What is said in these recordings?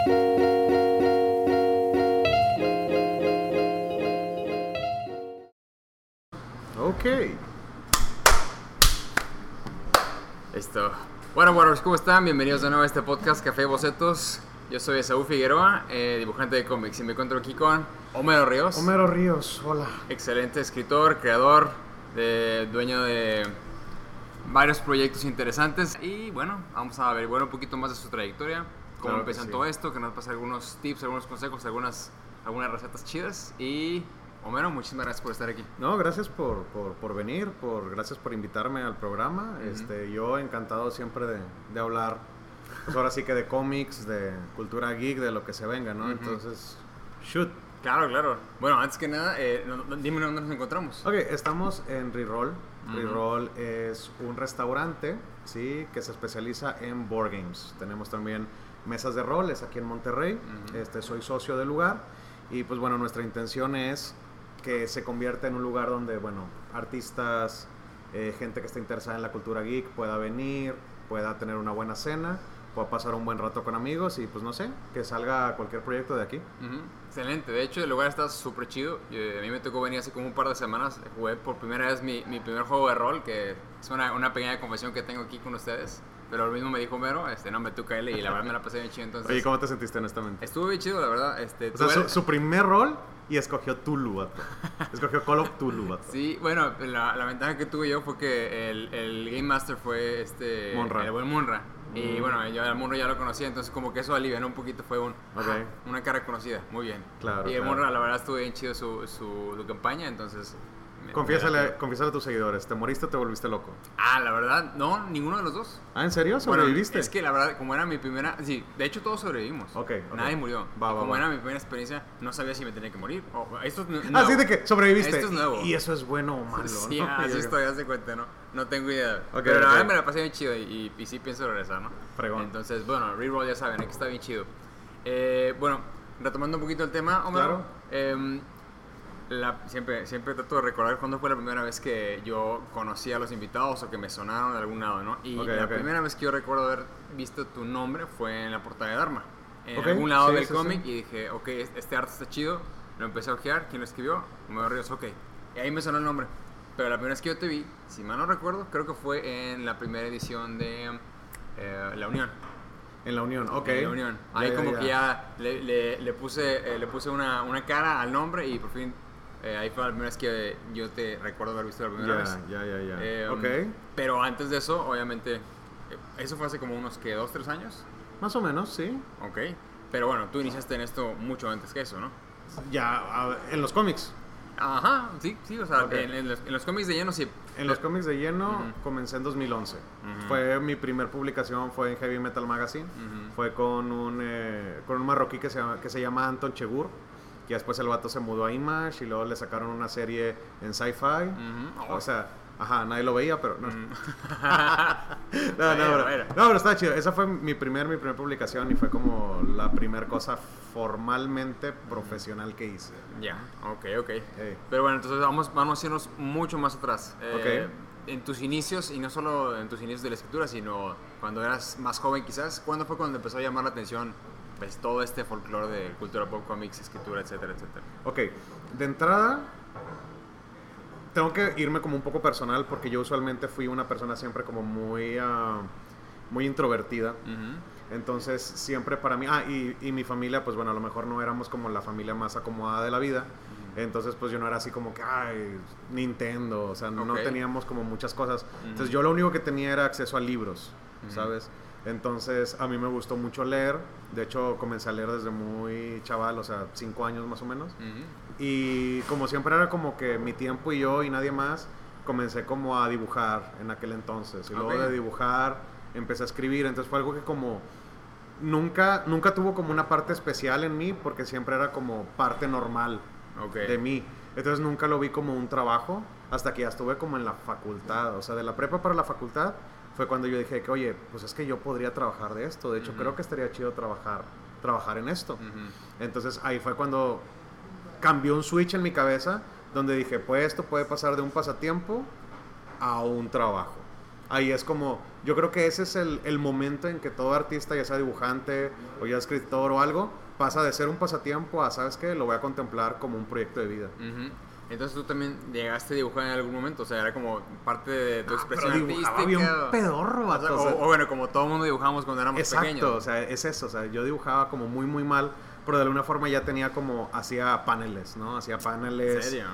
Ok. Listo. Bueno, Warriors, ¿cómo están? Bienvenidos de nuevo a este podcast Café y Bocetos. Yo soy Esaú Figueroa, dibujante de cómics, y me encuentro aquí con Homero Ríos. Homero Ríos, hola. Excelente escritor, creador, dueño de varios proyectos interesantes. Y bueno, vamos a averiguar un poquito más de su trayectoria, cómo empiezan todo esto, que nos pasa algunos tips, algunos consejos, algunas recetas chidas. Y Homero, muchísimas gracias por estar aquí. No, gracias por venir, gracias por invitarme al programa. Yo encantado siempre de hablar, pues ahora sí que de cómics, de cultura geek, de lo que se venga, ¿no? Entonces, shoot. Claro. Bueno, antes que nada, dime dónde nos encontramos. Ok, estamos en Reroll. Reroll es un restaurante, ¿sí? Que se especializa en board games. Tenemos también mesas de roles aquí en Monterrey. Soy socio del lugar. Y pues bueno, nuestra intención es que se convierta en un lugar donde, bueno, artistas, gente que está interesada en la cultura geek pueda venir, pueda tener una buena cena, pueda pasar un buen rato con amigos y pues no sé, que salga cualquier proyecto de aquí. Excelente, de hecho el lugar está súper chido. A mí me tocó venir hace como un par de semanas, jugué por primera vez mi primer juego de rol, que es una pequeña confesión que tengo aquí con ustedes. Pero lo mismo me dijo Homero, no, tú cáele, y la verdad me la pasé bien chido. Entonces, oye, ¿cómo te sentiste honestamente? Estuvo bien chido, la verdad. O sea, su primer rol y escogió Tulu, vato. Escogió Call of Tulu, vato. Sí, bueno, la ventaja que tuve yo fue que el Game Master fue Monra. el buen Monra. Y bueno, yo al Monra ya lo conocía, entonces como que eso alivianó un poquito, fue una cara conocida, muy bien. Claro. Y el Monra, la verdad, estuvo bien chido su campaña, entonces... Confiésale a tus seguidores, ¿te moriste o te volviste loco? La verdad, no, ninguno de los dos. ¿Ah, en serio? ¿Sobreviviste? Bueno, es que la verdad, como era mi primera... Sí, de hecho todos sobrevivimos. Okay. Nadie murió. Como era mi primera experiencia, no sabía si me tenía que morir. Esto es nuevo. Así de que sobreviviste. Esto es nuevo. Y eso es bueno o malo, sí, ¿no? así estoy, haz de cuenta, ¿no? No tengo idea. Pero la verdad me la pasé bien chido y sí pienso regresar, ¿no? Fregón. Entonces, bueno, Reroll ya saben, aquí está bien chido. Bueno, retomando un poquito el tema, Homero. Claro. Siempre trato de recordar cuándo fue la primera vez que yo conocí a los invitados o que me sonaron de algún lado, ¿no? Y la primera vez que yo recuerdo haber visto tu nombre fue en la portada de Dharma. En algún lado del cómic, y dije, ok, este arte está chido. Lo empecé a ojear. ¿Quién lo escribió? Homero Ríos, ok. Y ahí me sonó el nombre. Pero la primera vez que yo te vi, si mal no recuerdo, creo que fue en la primera edición de La Unión. En La Unión, ok. En La Unión. Ahí que ya le puse una cara al nombre y por fin... ahí fue la primera vez que yo te recuerdo haber visto la primera vez. Ya. Ok. Pero antes de eso, obviamente, eso fue hace como unos, ¿qué? 2-3 años. Más o menos, sí. Ok. Pero bueno, tú iniciaste en esto mucho antes que eso, ¿no? Ya, en los cómics. Ajá, sí, o sea, en los cómics de lleno sí. En los cómics de lleno comencé en 2011. Fue mi primer publicación, fue en Heavy Metal Magazine. Fue con un marroquí que se llama Anton Chegur. Y después el vato se mudó a Image y luego le sacaron una serie en Sci-Fi. O sea, nadie lo veía, pero no. Pero está chido. Esa fue mi primer publicación y fue como la primer cosa formalmente profesional que hice. Ya, ok. Pero bueno, entonces vamos a irnos mucho más atrás. En tus inicios, y no solo en tus inicios de la escritura, sino cuando eras más joven quizás, ¿cuándo fue cuando empezó a llamar la atención pues todo este folclore de cultura pop, cómics, escritura, etcétera? Ok, de entrada tengo que irme como un poco personal porque yo usualmente fui una persona siempre como muy introvertida. Entonces siempre para mí, y mi familia, pues bueno, a lo mejor no éramos como la familia más acomodada de la vida. Entonces pues yo no era así como que, Nintendo, o sea, no teníamos como muchas cosas. Entonces yo lo único que tenía era acceso a libros, ¿sabes? Entonces a mí me gustó mucho leer. De hecho comencé a leer desde muy chaval, o sea, 5 años más o menos. Y como siempre era como que mi tiempo y yo y nadie más, comencé como a dibujar en aquel entonces. Y luego de dibujar empecé a escribir. Entonces fue algo que como nunca tuvo como una parte especial en mí, porque siempre era como parte normal de mí. Entonces nunca lo vi como un trabajo hasta que ya estuve como en la facultad. O sea, de la prepa para la facultad fue cuando yo dije que, oye, pues es que yo podría trabajar de esto. De hecho, creo que estaría chido trabajar en esto. Entonces ahí fue cuando cambió un switch en mi cabeza, donde dije, pues esto puede pasar de un pasatiempo a un trabajo. Ahí es como yo creo que ese es el momento en que todo artista, ya sea dibujante o ya escritor o algo, pasa de ser un pasatiempo a, ¿sabes qué? Lo voy a contemplar como un proyecto de vida. Entonces tú también llegaste a dibujar en algún momento, o sea, era como parte de tu expresión artística. Bien pedorro, vato, o bueno, como todo el mundo dibujamos cuando éramos pequeños. Exacto, o sea, es eso, o sea, yo dibujaba como muy, muy mal, pero de alguna forma ya tenía como, hacía paneles, ¿no? Hacía paneles. ¿En serio?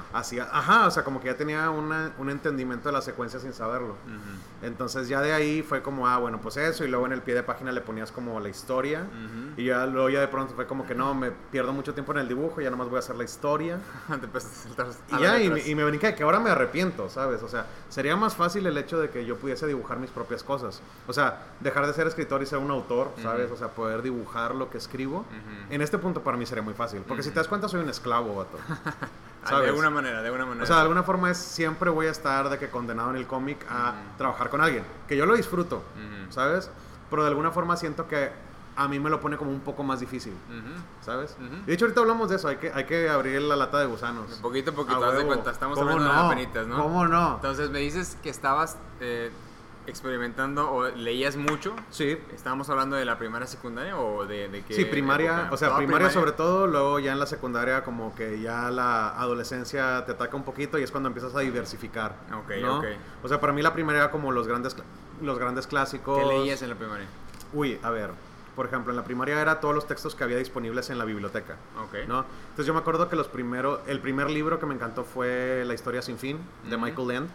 O sea, como que ya tenía un entendimiento de la secuencia sin saberlo. Entonces ya de ahí fue como, bueno, pues eso, y luego en el pie de página le ponías como la historia, y luego ya de pronto fue como que no, me pierdo mucho tiempo en el dibujo, ya nomás voy a hacer la historia. Te empezaste a saltar y ya, y me brinqué, que ahora me arrepiento, ¿sabes? O sea, sería más fácil el hecho de que yo pudiese dibujar mis propias cosas. O sea, dejar de ser escritor y ser un autor, ¿sabes? O sea, poder dibujar lo que escribo. En este punto para mí sería muy fácil, porque si te das cuenta soy un esclavo, vato. ¿Sabes? De alguna manera. O sea, de alguna forma siempre voy a estar de que condenado en el cómic a trabajar con alguien, que yo lo disfruto, ¿sabes? Pero de alguna forma siento que a mí me lo pone como un poco más difícil, ¿sabes? De hecho, ahorita hablamos de eso, hay que abrir la lata de gusanos. De poquito a poquito, haz de cuenta, estamos hablando de apenitas, ¿no? ¿Cómo no? Entonces me dices que estabas experimentando o leías mucho. Sí. ¿Estábamos hablando de la primaria, secundaria o de qué? Sí, primaria, época? o sea, primaria sobre todo, luego ya en la secundaria como que ya la adolescencia te ataca un poquito y es cuando empiezas a diversificar, ¿no? O sea, para mí la primaria era como los grandes clásicos. ¿Qué leías en la primaria? Uy, a ver, por ejemplo, en la primaria era todos los textos que había disponibles en la biblioteca, ¿no? Entonces yo me acuerdo que el primer libro que me encantó fue La historia sin fin, de Michael Ende.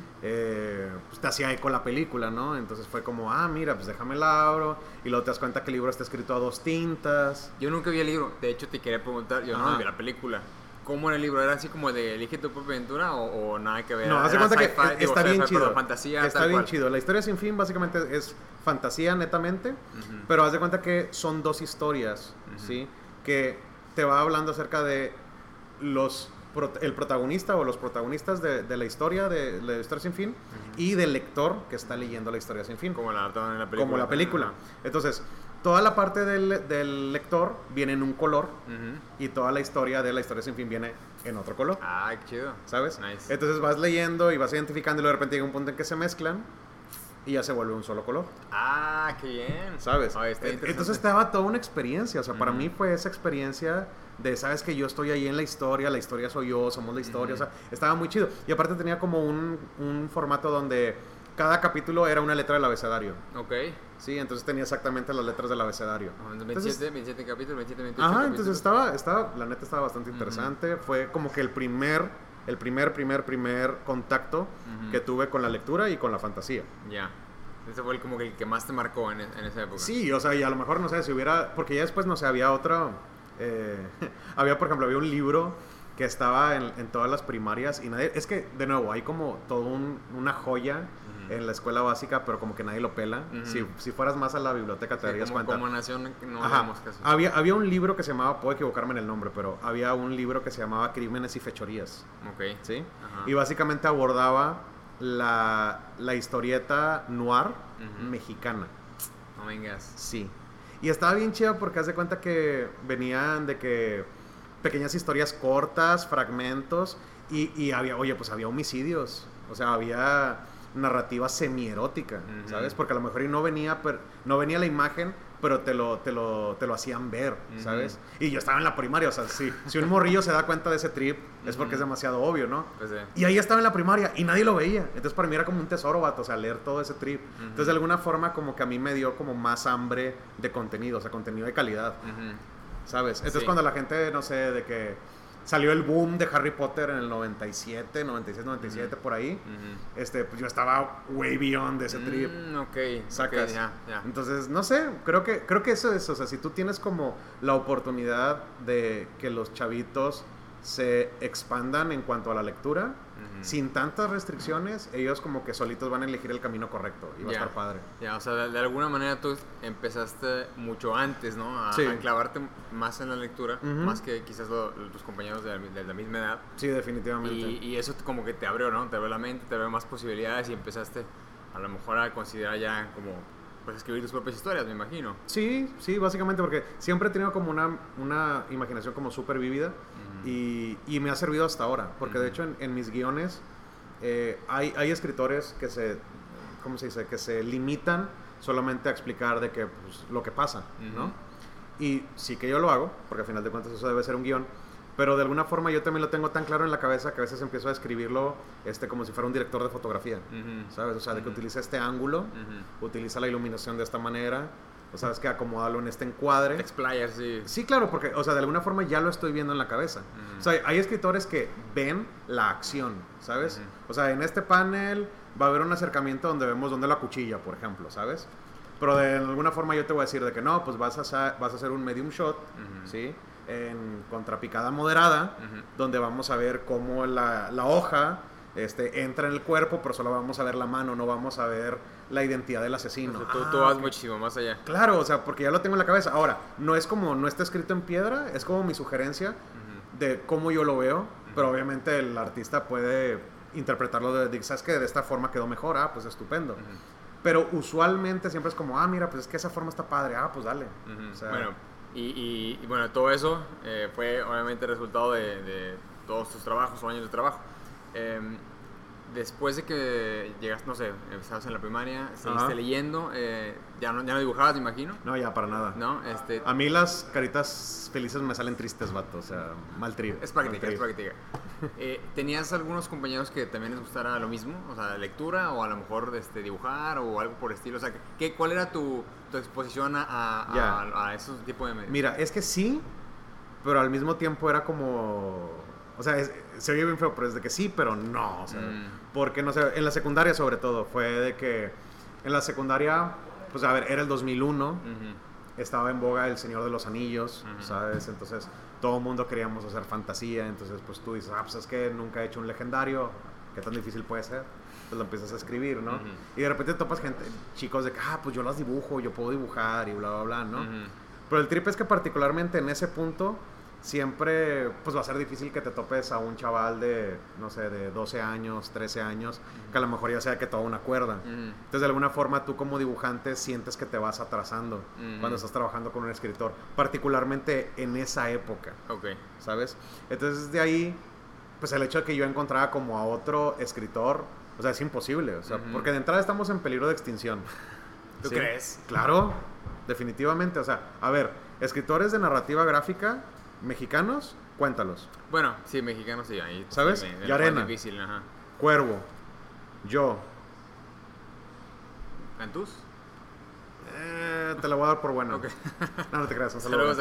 Pues te hacía eco la película, ¿no? Entonces fue como, mira, pues déjame la abro, y luego te das cuenta que el libro está escrito a 2 tintas. Yo nunca vi el libro, de hecho te quería preguntar, yo no vi la película. ¿Cómo era el libro? ¿Era así como de elige tu propia aventura o nada que ver? No, haz de cuenta que está bien chido. Fantasía, está bien chido. La historia sin fin básicamente es fantasía netamente, pero haz de cuenta que son 2 historias, ¿sí? Que te va hablando acerca de el protagonista o los protagonistas de la historia, de la historia sin fin, y del lector que está leyendo la historia sin fin. Como la adaptaron en la película. Como la película. Entonces, toda la parte del lector viene en un color y toda la historia de la historia sin fin viene en otro color. Qué chido. ¿Sabes? Nice. Entonces vas leyendo y vas identificando y de repente llega un punto en que se mezclan y ya se vuelve un solo color. Qué bien. ¿Sabes? Entonces te daba toda una experiencia. O sea, para mí fue esa experiencia de, sabes que yo estoy ahí en la historia soy yo, somos la historia. O sea, estaba muy chido. Y aparte tenía como un formato donde cada capítulo era una letra del abecedario. Sí, entonces tenía exactamente las letras del abecedario. 27 capítulos, 27, 28 capítulos. Entonces estaba, la neta estaba bastante interesante. Fue como que el primer contacto que tuve con la lectura y con la fantasía. Ya. Ese fue como el que más te marcó en esa época. Sí, o sea, y a lo mejor, no sé, si hubiera... Porque ya después, no sé, había otra... había, por ejemplo, había un libro que estaba en todas las primarias y nadie... Es que, de nuevo, hay como todo una joya en la escuela básica, pero como que nadie lo pela. Si fueras más a la biblioteca te darías cuenta. Como nación no hacemos caso. Había un libro que se llamaba, puedo equivocarme en el nombre, pero había un libro que se llamaba Crímenes y Fechorías. ¿Sí? Y básicamente abordaba la historieta noir mexicana. No vengas. Sí. Y estaba bien chida porque haz de cuenta que venían de que pequeñas historias cortas, fragmentos, y había homicidios. O sea, había narrativa semierótica, ¿sabes? Porque a lo mejor no venía la imagen, pero te lo hacían ver, ¿sabes? Y yo estaba en la primaria, o sea, si un morrillo se da cuenta de ese trip, es porque es demasiado obvio, ¿no? Pues sí. Y ahí estaba en la primaria y nadie lo veía. Entonces para mí era como un tesoro, vato, o sea, leer todo ese trip. Entonces de alguna forma como que a mí me dio como más hambre de contenido, o sea, contenido de calidad, ¿sabes? Entonces cuando la gente, no sé, de que salió el boom de Harry Potter en el 97, 96, 97, por ahí. Pues yo estaba way beyond de ese trip. ¿Sacas? Ya. Entonces, no sé, creo que eso es, o sea, si tú tienes como la oportunidad de que los chavitos se expandan en cuanto a la lectura, sin tantas restricciones, ellos como que solitos van a elegir el camino correcto y va a estar padre. O sea, de alguna manera tú empezaste mucho antes, ¿no? A clavarte más en la lectura, más que quizás tus compañeros de la misma edad. Sí, definitivamente. Y eso como que te abrió, ¿no? Te abrió la mente, te abrió más posibilidades y empezaste a lo mejor a considerar ya como pues escribir tus propias historias, me imagino. Sí, básicamente porque siempre he tenido como una imaginación como súper vívida y me ha servido hasta ahora, porque de hecho en mis guiones hay escritores que ¿cómo se dice? Que se limitan solamente a explicar de que, pues, lo que pasa, ¿no? Y sí que yo lo hago, porque al final de cuentas eso debe ser un guión, pero de alguna forma yo también lo tengo tan claro en la cabeza que a veces empiezo a escribirlo como si fuera un director de fotografía, ¿sabes? O sea, de que utiliza este ángulo, utiliza la iluminación de esta manera, o sabes que acomódalo en este encuadre. Te explayas, sí. Sí, claro, porque, o sea, de alguna forma ya lo estoy viendo en la cabeza. O sea, hay escritores que ven la acción, ¿sabes? O sea, en este panel va a haber un acercamiento donde vemos dónde la cuchilla, por ejemplo, ¿sabes? Pero de alguna forma yo te voy a decir de que no, pues vas a hacer un medium shot, ¿sí? En contrapicada moderada, donde vamos a ver cómo la hoja entra en el cuerpo, pero solo vamos a ver la mano, no vamos a ver la identidad del asesino. O sea, tú vas muchísimo más allá. Claro, o sea, porque ya lo tengo en la cabeza. Ahora, no está escrito en piedra, es como mi sugerencia de cómo yo lo veo, pero obviamente el artista puede interpretarlo ¿sabes qué? De esta forma quedó mejor, pues estupendo. Pero usualmente siempre es como, mira, pues es que esa forma está padre, pues dale. O sea, bueno, y bueno, todo eso fue obviamente resultado de todos tus trabajos o años de trabajo. Después de que llegaste, no sé, estabas en la primaria, seguiste leyendo, ya no dibujabas, me imagino. No, ya para nada. ¿No? A mí las caritas felices me salen tristes, vato, o sea, mal trip. Es práctica. ¿Tenías algunos compañeros que también les gustara lo mismo? O sea, lectura o a lo mejor dibujar o algo por el estilo. O sea, ¿cuál era tu exposición a esos tipos de medios? Mira, es que sí, pero al mismo tiempo era como... O sea, se oye bien feo, pero es de que sí, pero no. O sea, porque, no sé, en la secundaria sobre todo, fue de que en la secundaria, pues a ver, era el 2001, estaba en boga El Señor de los Anillos, ¿sabes? Entonces, todo el mundo queríamos hacer fantasía, entonces, pues tú dices, pues es que nunca he hecho un legendario, ¿qué tan difícil puede ser? Pues lo empiezas a escribir, ¿no? Y de repente topas chicos de que, pues yo las dibujo, yo puedo dibujar y bla, bla, bla, ¿no? Pero el trip es que particularmente en ese punto siempre pues va a ser difícil que te topes a un chaval de, no sé, de 12 años, 13 años, que a lo mejor ya sea que toda una cuerda. Entonces de alguna forma tú como dibujante sientes que te vas atrasando cuando estás trabajando con un escritor, particularmente en esa época, ¿sabes? Entonces de ahí, pues el hecho de que yo encontrara como a otro escritor, o sea, es imposible, o sea, porque de entrada estamos en peligro de extinción. ¿Tú crees? Claro, definitivamente, o sea, a ver, escritores de narrativa gráfica mexicanos, cuéntalos. Bueno, sí, mexicanos sí, ahí. ¿Sabes? Yarena, difícil, Cuervo, yo. ¿Cantús? Te la voy a dar por buena. No te creas, saludos.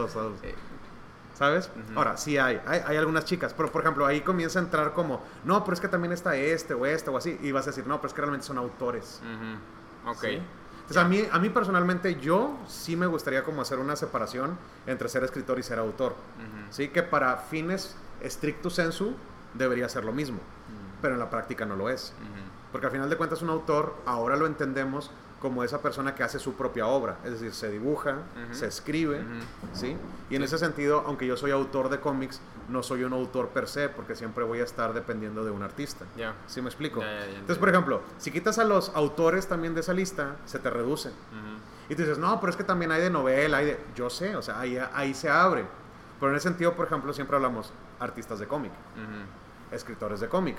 ¿Sabes? Ahora, sí hay algunas chicas, pero por ejemplo, ahí comienza a entrar como, no, pero es que también está o así, y vas a decir, no, pero es que realmente son autores. ¿Sí? Entonces, a mí personalmente, yo sí me gustaría como hacer una separación entre ser escritor y ser autor. ¿Sí? Que para fines stricto sensu debería ser lo mismo, pero en la práctica no lo es. Porque al final de cuentas un autor, ahora lo entendemos como esa persona que hace su propia obra, es decir, se dibuja, se escribe, ¿sí? Y en ese sentido, aunque yo soy autor de cómics, no soy un autor per se, porque siempre voy a estar dependiendo de un artista. ¿Sí me explico? Entonces, por ejemplo, si quitas a los autores también de esa lista, se te reduce. Y tú dices, no, pero es que también hay de novela, yo sé, o sea, ahí se abre. Pero en ese sentido, por ejemplo, siempre hablamos artistas de cómic, escritores de cómic.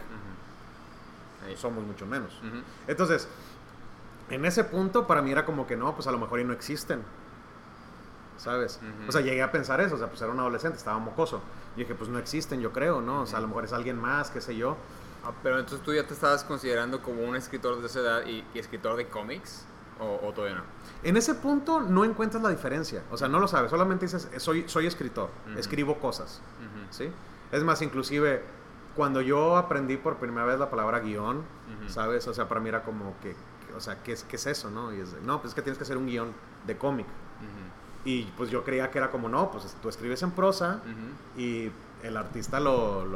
Somos mucho menos. Entonces, en ese punto para mí era como que no, pues a lo mejor y no existen, ¿sabes? O sea, llegué a pensar eso, o sea, pues era un adolescente, estaba mocoso. Y dije, pues no existen, yo creo, ¿no? O sea, a lo mejor es alguien más, qué sé yo. Pero entonces tú ya te estabas considerando como un escritor de esa edad y escritor de cómics, o todavía no. En ese punto no encuentras la diferencia, o sea, no lo sabes, solamente dices, soy escritor, escribo cosas, ¿sí? Es más, inclusive, cuando yo aprendí por primera vez la palabra guión, ¿sabes? O sea, para mí era como que o sea, ¿qué es eso, no? Y no, pues es que tienes que hacer un guión de cómic. Y pues yo creía que era como, no, pues tú escribes en prosa y el artista lo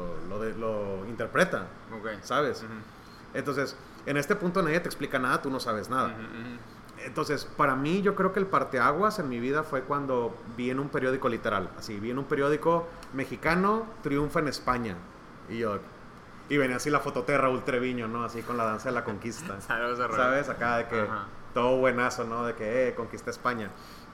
interpreta, ¿sabes? Entonces, en este punto nadie te explica nada, tú no sabes nada. Entonces, para mí, yo creo que el parteaguas en mi vida fue cuando vi en un periódico literal, así, vi en un periódico mexicano, triunfa en España. Y venía así la fotote de Raúl Treviño, ¿no? Así con la danza de la conquista. ¿Sabes? Acá de que todo buenazo, ¿no? De que conquista España.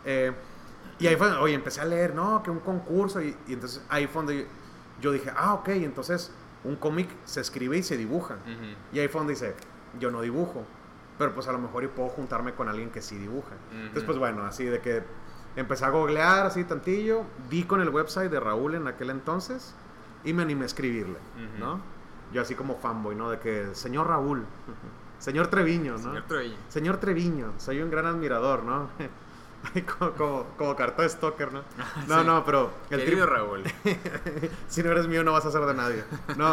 Y ahí fue, oye, empecé a leer, ¿no? Que un concurso. Y entonces ahí fue donde yo dije, ok, entonces un cómic se escribe y se dibuja. Y ahí fue donde dice, yo no dibujo, pero pues a lo mejor y puedo juntarme con alguien que sí dibuja. Entonces, pues bueno, así de que empecé a googlear así tantillo, di con el website de Raúl en aquel entonces y me animé a escribirle, ¿no? Yo así como fanboy, ¿no? De que, señor Raúl, señor Treviño, ¿no? Señor Treviño, soy un gran admirador, ¿no? como carta de stalker, ¿no? No, pero... Querido Raúl. Si no eres mío, no vas a ser de nadie.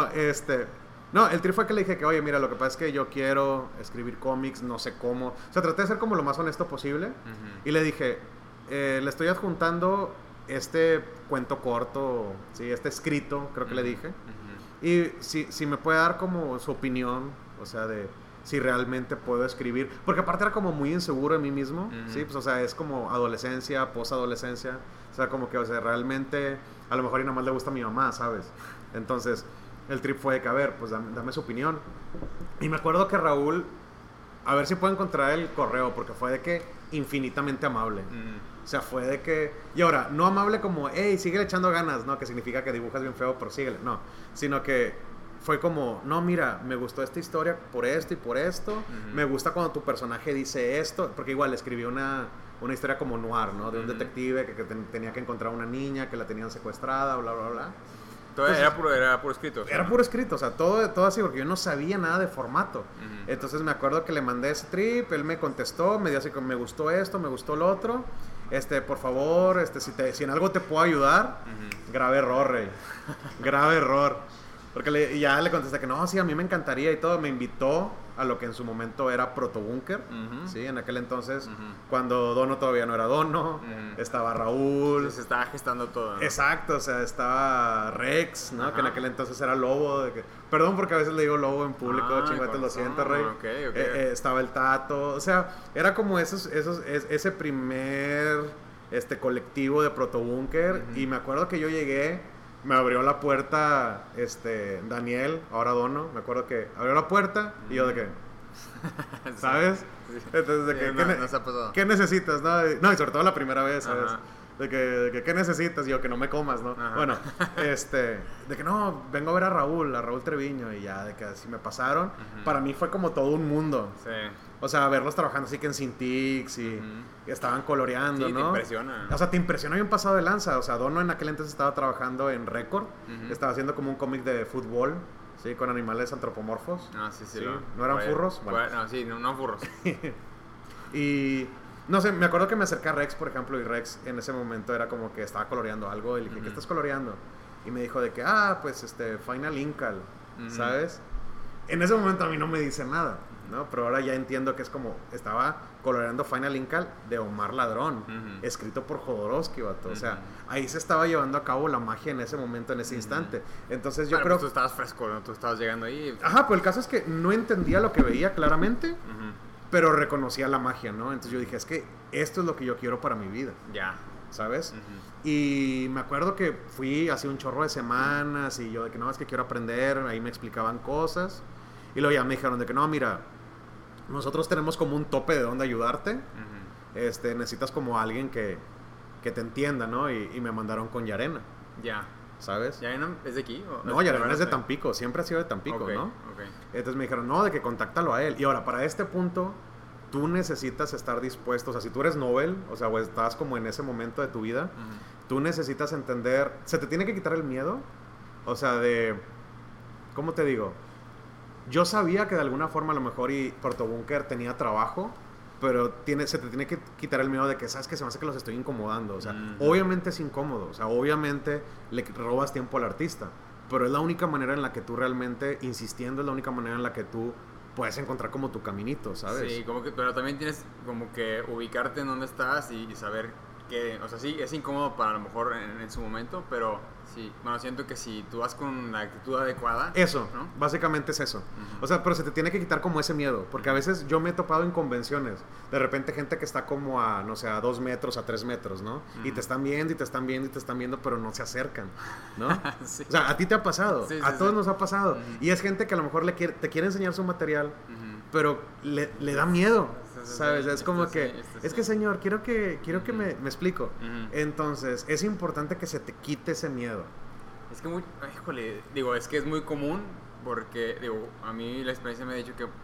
No, el trip fue que le dije que, oye, mira, lo que pasa es que yo quiero escribir cómics, no sé cómo. O sea, traté de ser como lo más honesto posible. Y le dije, le estoy adjuntando este cuento corto, ¿sí? Este escrito, creo que le dije. Y si me puede dar como su opinión, o sea, de si realmente puedo escribir. Porque aparte era como muy inseguro de mí mismo, ¿sí? Pues, o sea, es como adolescencia, posadolescencia. O sea, como que, o sea, realmente a lo mejor y nada más le gusta a mi mamá, ¿sabes? Entonces, el trip fue de que, a ver, pues dame su opinión. Y me acuerdo que Raúl, a ver si puedo encontrar el correo, porque fue de que infinitamente amable. O sea, fue de que... Y ahora, no amable como, hey, síguele echando ganas, ¿no? Que significa que dibujas bien feo, pero síguele. No, sino que fue como, no, mira, me gustó esta historia por esto y por esto. Me gusta cuando tu personaje dice esto. Porque igual escribí una historia como noir, ¿no? De un detective que tenía que encontrar a una niña que la tenían secuestrada, bla, bla, bla. Entonces, era puro escrito. Era puro escrito, o sea, todo así, porque yo no sabía nada de formato. Entonces me acuerdo que le mandé ese trip, él me contestó, me dijo así como, me gustó esto, me gustó lo otro. Por favor, si en algo te puedo ayudar, grave error, rey. Grave error. Porque ya le contesté que no, sí, a mí me encantaría y todo. Me invitó a lo que en su momento era Protobúnker, ¿sí? En aquel entonces, cuando Dono todavía no era Dono, estaba Raúl. Sí, se estaba gestando todo, ¿no? Exacto, o sea, estaba Rex, ¿no? Que en aquel entonces era Lobo. Perdón porque a veces le digo Lobo en público, chingüete, lo siento, Rey. Okay. Estaba el Tato, o sea, era como ese primer colectivo de Protobúnker. Y me acuerdo que yo llegué... Me abrió la puerta Daniel, ahora Dono, me acuerdo que abrió la puerta y yo de que, ¿sabes? Entonces de que, ¿qué necesitas? No, y sobre todo la primera vez, ¿sabes? De que, ¿qué necesitas? Y yo, que no me comas, ¿no? Bueno, de que no, vengo a ver a Raúl Treviño, y ya, de que así me pasaron. Para mí fue como todo un mundo. Sí. O sea, verlos trabajando así que en Cintix y estaban coloreando, sí, ¿no? Te impresiona. O sea, te impresiona bien pasado de lanza. O sea, Dono en aquel entonces estaba trabajando en Record. Estaba haciendo como un cómic de fútbol, ¿sí? Con animales antropomorfos. Sí. ¿No eran furros? Bueno, sí, no furros. Y... No sé, me acuerdo que me acerqué a Rex, por ejemplo, y Rex en ese momento era como que estaba coloreando algo. Y le dije, ¿qué estás coloreando? Y me dijo de que, pues, Final Incal, ¿sabes? En ese momento a mí no me dice nada, ¿no? Pero ahora ya entiendo que es como, estaba coloreando Final Incal de Omar Ladrón, escrito por Jodorowsky, vato. O sea, ahí se estaba llevando a cabo la magia en ese momento, en ese instante. Entonces yo creo... Pues tú estabas fresco, ¿no? Tú estabas llegando ahí. Ajá, pues el caso es que no entendía lo que veía claramente, pero reconocía la magia, ¿no? Entonces yo dije, es que esto es lo que yo quiero para mi vida. Ya. ¿Sabes? Y me acuerdo que fui hace un chorro de semanas y yo de que no, es que quiero aprender, ahí me explicaban cosas. Y luego ya me dijeron de que no, mira, nosotros tenemos como un tope de dónde ayudarte. Necesitas como alguien que te entienda, ¿no? Y me mandaron con Yarena. Ya. ¿Sabes? ¿Yarena es de aquí? No, Yarena es de Tampico, siempre ha sido de Tampico, ¿no? Entonces me dijeron, no, de que contáctalo a él. Y ahora, para este punto, tú necesitas estar dispuesto, o sea, si tú eres novel, o sea, o estás como en ese momento de tu vida, tú necesitas entender, se te tiene que quitar el miedo, o sea, ¿cómo te digo? Yo sabía que de alguna forma a lo mejor y Protobúnker tenía trabajo, pero se te tiene que quitar el miedo de que, ¿sabes? Que se me hace que los estoy incomodando. O sea, obviamente es incómodo. O sea, obviamente le robas tiempo al artista. Pero es la única manera en la que tú realmente, insistiendo, es la única manera en la que tú puedes encontrar como tu caminito, ¿sabes? Sí, pero también tienes como que ubicarte en dónde estás y saber que, o sea, sí, es incómodo para a lo mejor en su momento, pero sí, bueno, siento que si tú vas con la actitud adecuada... Eso, ¿no? Básicamente es eso. O sea, pero se te tiene que quitar como ese miedo, porque a veces yo me he topado en convenciones, de repente gente que está como a, no sé, a 2 metros, a 3 metros, ¿no? Y te están viendo, y te están viendo, y te están viendo, pero no se acercan, ¿no? Sí. O sea, a ti te ha pasado, sí, a todos nos ha pasado. Y es gente que a lo mejor te quiere enseñar su material, pero le da miedo, ¿sabes? Es como que, es que señor, quiero que me explico. Entonces, es importante que se te quite ese miedo. Es que es que es muy común porque, a mí la experiencia me ha dicho que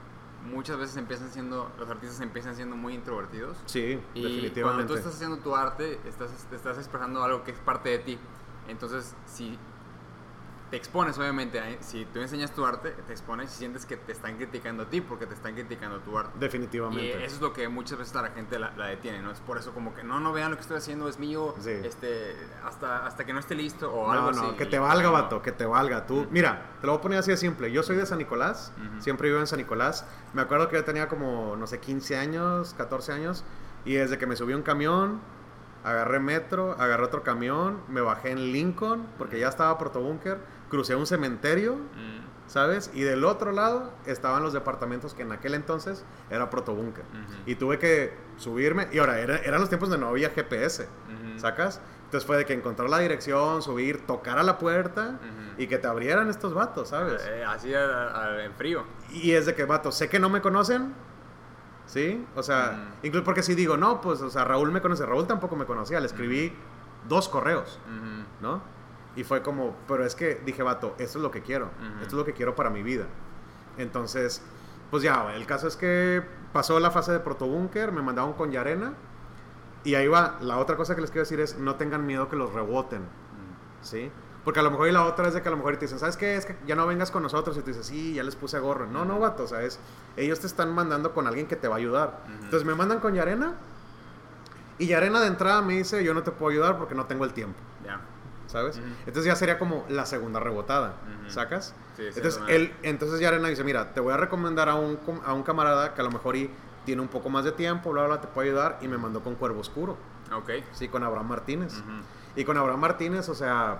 muchas veces los artistas empiezan siendo muy introvertidos. Sí, y definitivamente. Cuando tú estás haciendo tu arte, te estás expresando algo que es parte de ti. Entonces, si te expones, obviamente, si tú enseñas tu arte, te expones y sientes que te están criticando a ti porque te están criticando tu arte. Definitivamente. Y eso es lo que muchas veces la gente la detiene, ¿no? Es por eso como que no vean lo que estoy haciendo, es mío, sí. hasta que no esté listo o algo así. No, que te valga, vato, que te valga. Tú, mira, te lo voy a poner así de simple. Yo soy de San Nicolás, siempre vivo en San Nicolás. Me acuerdo que yo tenía como, no sé, 15 años, 14 años, y desde que me subí a un camión, agarré metro, agarré otro camión, me bajé en Lincoln, porque ya estaba Protobúnker, crucé un cementerio, ¿sabes? Y del otro lado estaban los departamentos que en aquel entonces era Protobúnker. Y tuve que subirme, y ahora eran los tiempos donde no había GPS, ¿sacas? Entonces fue de que encontrar la dirección, subir, tocar a la puerta y que te abrieran estos vatos, ¿sabes? Así en frío. Y es de que, vatos, sé que no me conocen, ¿sí? O sea, incluso porque si digo, no, pues, o sea, Raúl me conoce. Raúl tampoco me conocía, le escribí 2 correos, ¿no? Y fue como, pero es que dije, vato, esto es lo que quiero. Esto es lo que quiero para mi vida. Entonces, pues ya, el caso es que pasó la fase de Protobúnker, me mandaron con Yarena. Y ahí va, la otra cosa que les quiero decir es, no tengan miedo que los reboten, ¿sí? Porque a lo mejor y la otra es de que a lo mejor te dicen, ¿sabes qué? Es que ya no vengas con nosotros. Y tú dices, sí, ya les puse gorro. No, vato, o sea, ellos te están mandando con alguien que te va a ayudar. Entonces me mandan con Yarena. Y Yarena de entrada me dice, yo no te puedo ayudar porque no tengo el tiempo. Ya. ¿Sabes? Entonces ya sería como la segunda rebotada, ¿sacas? Sí, entonces Yarena dice, mira, te voy a recomendar a un camarada que a lo mejor tiene un poco más de tiempo, bla, bla, te puede ayudar, y me mandó con Cuervo Oscuro. Ok. Sí, con Abraham Martínez. Y con Abraham Martínez, o sea,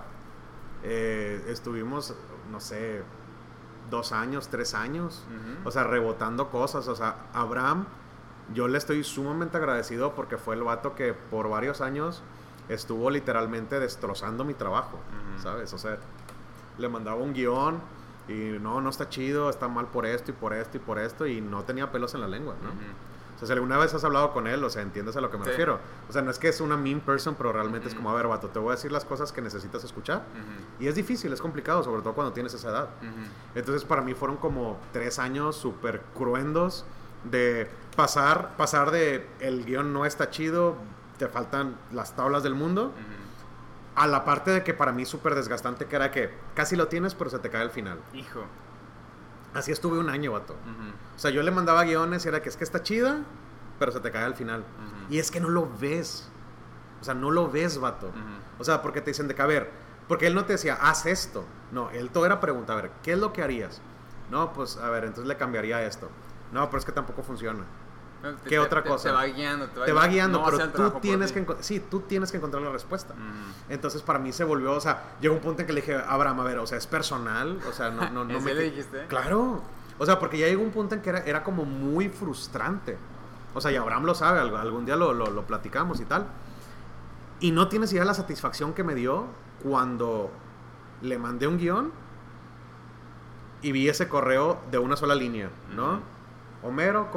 estuvimos, no sé, 2 años, 3 años, o sea, rebotando cosas. O sea, Abraham, yo le estoy sumamente agradecido porque fue el vato que por varios años estuvo literalmente destrozando mi trabajo, ¿sabes? O sea, le mandaba un guión y no está chido, está mal por esto y por esto y por esto, y no tenía pelos en la lengua, ¿no? O sea, si alguna vez has hablado con él, o sea, entiendes a lo que me refiero. O sea, no es que es una mean person, pero realmente es como, a ver, vato, te voy a decir las cosas que necesitas escuchar. Y es difícil, es complicado, sobre todo cuando tienes esa edad. Entonces, para mí fueron como 3 años súper cruendos de pasar de el guión no está chido, te faltan las tablas del mundo, a la parte de que para mí súper desgastante, que era que casi lo tienes, pero se te cae al final. Hijo. Así estuve un año, vato. O sea, yo le mandaba guiones y era que es que está chida, pero se te cae al final. Y es que no lo ves. O sea, no lo ves, vato. O sea, porque te dicen de que, a ver, porque él no te decía, haz esto. No, él todo era preguntar, a ver, ¿qué es lo que harías? No, pues, a ver, entonces le cambiaría esto. No, pero es que tampoco funciona. ¿Qué otra cosa? Te va guiando. Te va guiando, no pero tú tienes que encontrar la respuesta. Entonces, para mí se volvió, o sea, llegó un punto en que le dije, Abraham, a ver, o sea, es personal, o sea, no ¿En me... le dijiste? Claro, o sea, porque ya llegó un punto en que era como muy frustrante. O sea, y Abraham lo sabe, algún día lo platicamos y tal. Y no tienes idea de la satisfacción que me dio cuando le mandé un guión y vi ese correo de una sola línea, ¿no? Homero,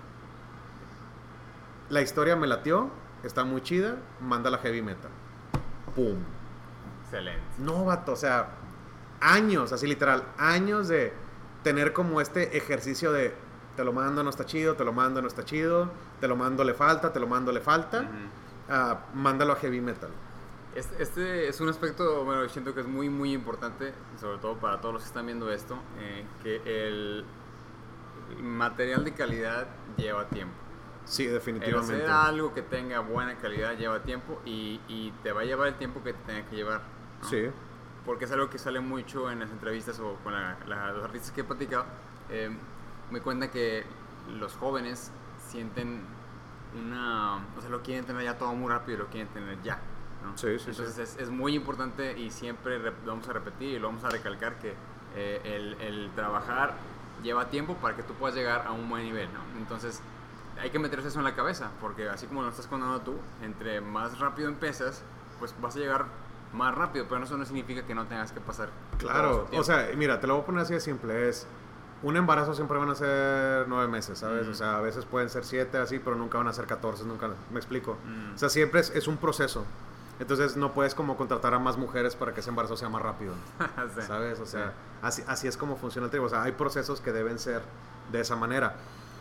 la historia me latió, está muy chida, manda la heavy metal. ¡Pum! Excelente. No, vato, o sea, años, así literal, años de tener como este ejercicio de te lo mando, no está chido, te lo mando, no está chido, te lo mando, le falta, te lo mando, le falta, mándalo a heavy metal. Este es un aspecto, bueno, siento que es muy, muy importante, sobre todo para todos los que están viendo esto, que el material de calidad lleva tiempo. Sí, definitivamente. El hacer algo que tenga buena calidad lleva tiempo y te va a llevar el tiempo que te tenga que llevar, ¿no? Sí. Porque es algo que sale mucho en las entrevistas o con los artistas que he platicado. Me cuenta que los jóvenes sienten o sea, lo quieren tener ya todo muy rápido y lo quieren tener ya, ¿no? Sí. Entonces es muy importante y siempre lo vamos a repetir y lo vamos a recalcar que el trabajar lleva tiempo para que tú puedas llegar a un buen nivel, ¿no? Entonces hay que meterse eso en la cabeza, porque así como lo estás contando tú, entre más rápido empiezas, pues vas a llegar más rápido, pero eso no significa que no tengas que pasar. Claro, o sea, mira, te lo voy a poner así de simple, un embarazo siempre van a ser 9 meses, ¿sabes? O sea, a veces pueden ser 7 así, pero nunca van a ser 14, nunca, ¿me explico? O sea, siempre es un proceso. Entonces no puedes como contratar a más mujeres para que ese embarazo sea más rápido, ¿sabes? O sea, así es como funciona el trigo. O sea, hay procesos que deben ser de esa manera.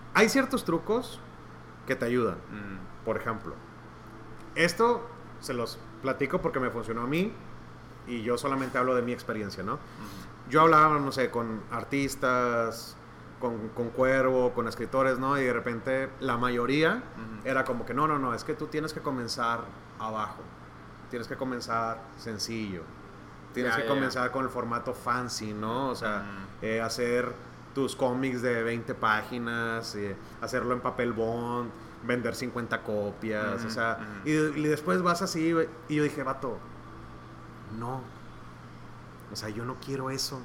hay ciertos trucos que te ayudan. Por ejemplo, esto se los platico porque me funcionó a mí y yo solamente hablo de mi experiencia, ¿no? Yo hablaba, no sé, con artistas, con Cuervo, con escritores, ¿no? Y de repente la mayoría era como que no, es que tú tienes que comenzar abajo, tienes que comenzar sencillo, tienes que comenzar con el formato fancy, ¿no? O sea, hacer tus cómics de 20 páginas, hacerlo en papel bond, vender 50 copias, o sea, y después vas así, y yo dije, vato, no, o sea, yo no quiero eso.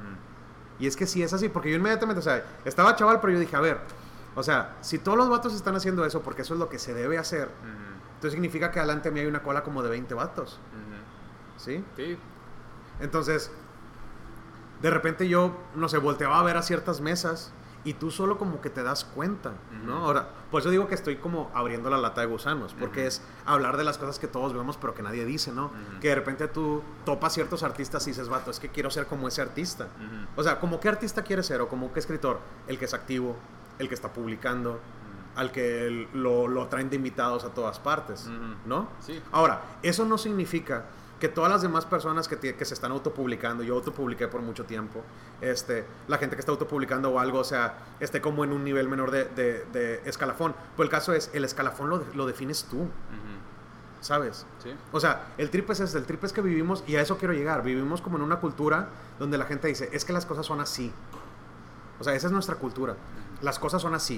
Y es que sí es así, porque yo inmediatamente, o sea, estaba chaval, pero yo dije, a ver, o sea, si todos los vatos están haciendo eso, porque eso es lo que se debe hacer, entonces significa que adelante a mí hay una cola como de 20 vatos. ¿Sí? Sí. Entonces, de repente yo, no sé, volteaba a ver a ciertas mesas y tú solo como que te das cuenta, ¿no? Ahora, por eso digo que estoy como abriendo la lata de gusanos, porque es hablar de las cosas que todos vemos pero que nadie dice, ¿no? Que de repente tú topas ciertos artistas y dices, vato, es que quiero ser como ese artista. O sea, ¿como qué artista quieres ser o como qué escritor? El que es activo, el que está publicando, al que lo traen de invitados a todas partes, ¿no? Sí. Ahora, eso no significa que todas las demás personas que se están autopublicando, yo autopubliqué por mucho tiempo, la gente que está autopublicando o algo, o sea, esté como en un nivel menor de escalafón. Pues el caso es, el escalafón lo defines tú, ¿sabes? Sí. O sea, el trip es este, el trip es que vivimos, y a eso quiero llegar, vivimos como en una cultura donde la gente dice, es que las cosas son así. O sea, esa es nuestra cultura. Las cosas son así.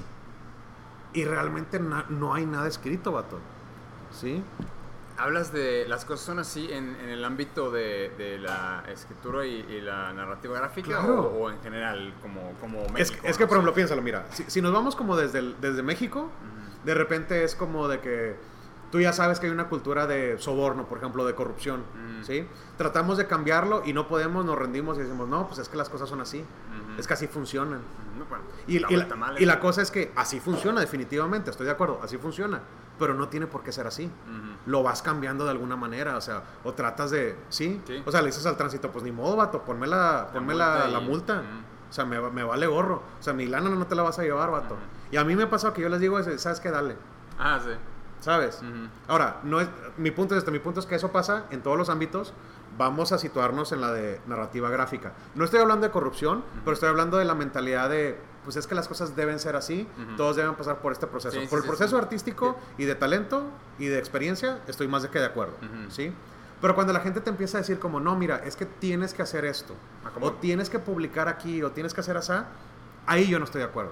Y realmente no hay nada escrito, vato. ¿Sí? ¿Hablas de las cosas son así en el ámbito de la escritura y la narrativa gráfica? Claro. O en general, como México? Es que, por ejemplo, piénsalo, mira, si nos vamos como desde México, de repente es como de que tú ya sabes que hay una cultura de soborno, por ejemplo, de corrupción, ¿sí? Tratamos de cambiarlo y no podemos, nos rendimos y decimos, no, pues es que las cosas son así, es que así funcionan. Bueno, y la cosa es que así funciona definitivamente, estoy de acuerdo, así funciona, pero no tiene por qué ser así. Lo vas cambiando de alguna manera, o sea, o tratas de, ¿sí? O sea, le dices al tránsito, pues ni modo, vato, ponme la multa. O sea, me vale gorro, o sea, mi lana no te la vas a llevar, vato. Y a mí me ha pasado que yo les digo, ¿sabes qué? Dale. Ah, sí. ¿Sabes? Ahora, mi punto es que eso pasa en todos los ámbitos. Vamos a situarnos en la de narrativa gráfica. No estoy hablando de corrupción, pero estoy hablando de la mentalidad de, pues es que las cosas deben ser así, todos deben pasar por este proceso. Por el proceso artístico y de talento y de experiencia, estoy más de que de acuerdo, ¿sí? Pero cuando la gente te empieza a decir como, no, mira, es que tienes que hacer esto, o tienes que publicar aquí, o tienes que hacer así, ahí yo no estoy de acuerdo.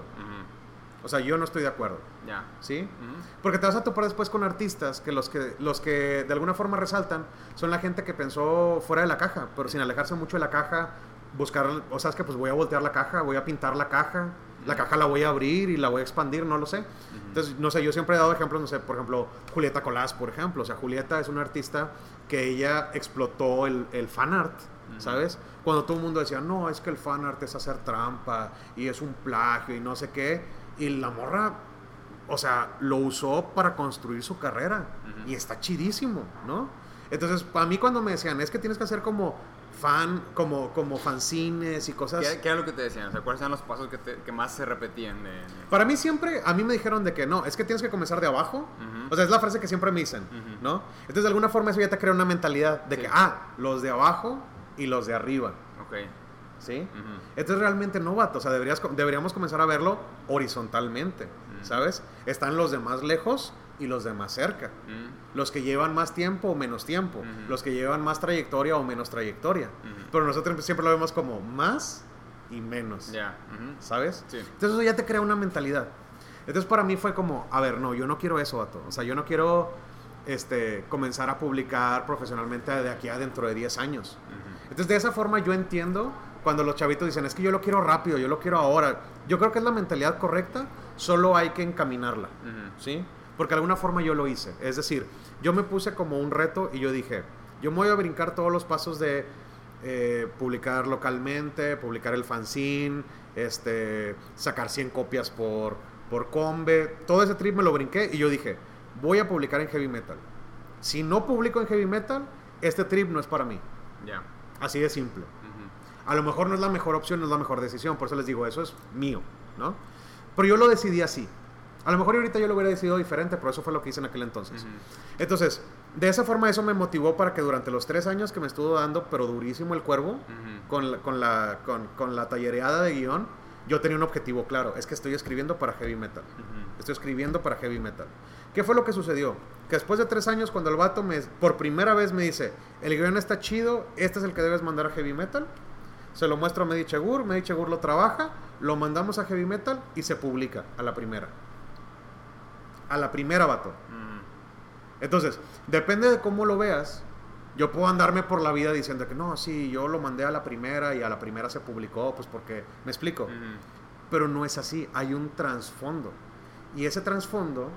O sea, yo no estoy de acuerdo. Ya. ¿Sí? Porque te vas a topar después con artistas que los que de alguna forma resaltan son la gente que pensó fuera de la caja, pero sin alejarse mucho de la caja, buscar, o sea, es que pues voy a voltear la caja, voy a pintar la caja la voy a abrir y la voy a expandir, no lo sé. Entonces, no sé, yo siempre he dado ejemplos, no sé, por ejemplo, Julieta Colás, por ejemplo. O sea, Julieta es una artista que ella explotó el fan art, ¿sabes? Cuando todo el mundo decía, no, es que el fan art es hacer trampa y es un plagio y no sé qué. Y la morra, o sea, lo usó para construir su carrera. Y está chidísimo, ¿no? Entonces, para mí cuando me decían, es que tienes que hacer como fanzines y cosas... ¿Qué era lo que te decían? O sea, ¿cuáles eran los pasos que más se repetían? Para mí siempre, a mí me dijeron de que no, es que tienes que comenzar de abajo. O sea, es la frase que siempre me dicen, ¿no? Entonces, de alguna forma eso ya te crea una mentalidad de que, los de abajo y los de arriba. Ok. ¿Sí? Entonces realmente no, vato. O sea, deberíamos comenzar a verlo horizontalmente, ¿sabes? Están los de más lejos y los de más cerca. Los que llevan más tiempo o menos tiempo. Los que llevan más trayectoria o menos trayectoria. Pero nosotros siempre lo vemos como más y menos. ¿Sabes? Sí. Entonces eso ya te crea una mentalidad. Entonces para mí fue como, a ver, no, yo no quiero eso, vato. O sea, yo no quiero comenzar a publicar profesionalmente de aquí a dentro de 10 años. Entonces de esa forma yo entiendo cuando los chavitos dicen, es que yo lo quiero rápido, yo lo quiero ahora. Yo creo que es la mentalidad correcta, solo hay que encaminarla, ¿sí? Porque de alguna forma yo lo hice. Es decir, yo me puse como un reto y yo dije, yo me voy a brincar todos los pasos de publicar localmente, publicar el fanzine, sacar 100 copias por Combe. Todo ese trip me lo brinqué y yo dije, voy a publicar en heavy metal. Si no publico en heavy metal, este trip no es para mí. Así de simple. A lo mejor no es la mejor opción, no es la mejor decisión, por eso les digo, eso es mío, ¿no? Pero yo lo decidí así. A lo mejor ahorita yo lo hubiera decidido diferente, pero eso fue lo que hice en aquel entonces. Entonces, de esa forma eso me motivó para que durante los 3 años que me estuvo dando, pero durísimo el cuervo, con la tallereada de guión, yo tenía un objetivo claro. Es que estoy escribiendo para heavy metal. Estoy escribiendo para heavy metal. ¿Qué fue lo que sucedió? Que después de 3 años, cuando el vato por primera vez me dice, el guión está chido, este es el que debes mandar a heavy metal, se lo muestro a Medi Chegur lo trabaja, lo mandamos a heavy metal y se publica a la primera. A la primera, vato. Entonces, depende de cómo lo veas. Yo puedo andarme por la vida diciendo que no, sí, yo lo mandé a la primera y a la primera se publicó, pues porque, ¿me explico? Pero no es así, hay un trasfondo. Y ese trasfondo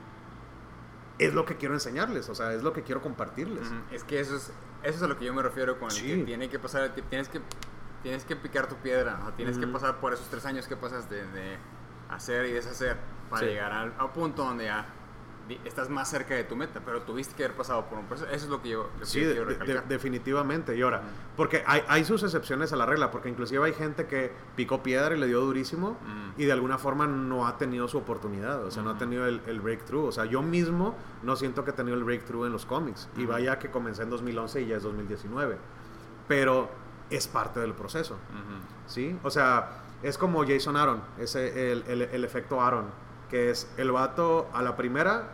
es lo que quiero enseñarles, o sea, es lo que quiero compartirles. Es que eso es a lo que yo me refiero con el que tiene que pasar, tienes que picar tu piedra, ¿no? Tienes que pasar por esos 3 años que pasas de hacer y deshacer para llegar al punto donde ya estás más cerca de tu meta, pero tuviste que haber pasado por un proceso. Eso es lo que yo quiero recalcar. Definitivamente. Y ahora, porque hay sus excepciones a la regla, porque inclusive hay gente que picó piedra y le dio durísimo y de alguna forma no ha tenido su oportunidad, o sea, no ha tenido el breakthrough. O sea, yo mismo no siento que he tenido el breakthrough en los cómics, y vaya que comencé en 2011 y ya es 2019, pero es parte del proceso, ¿sí? O sea, es como Jason Aaron, el efecto Aaron, que es el vato a la primera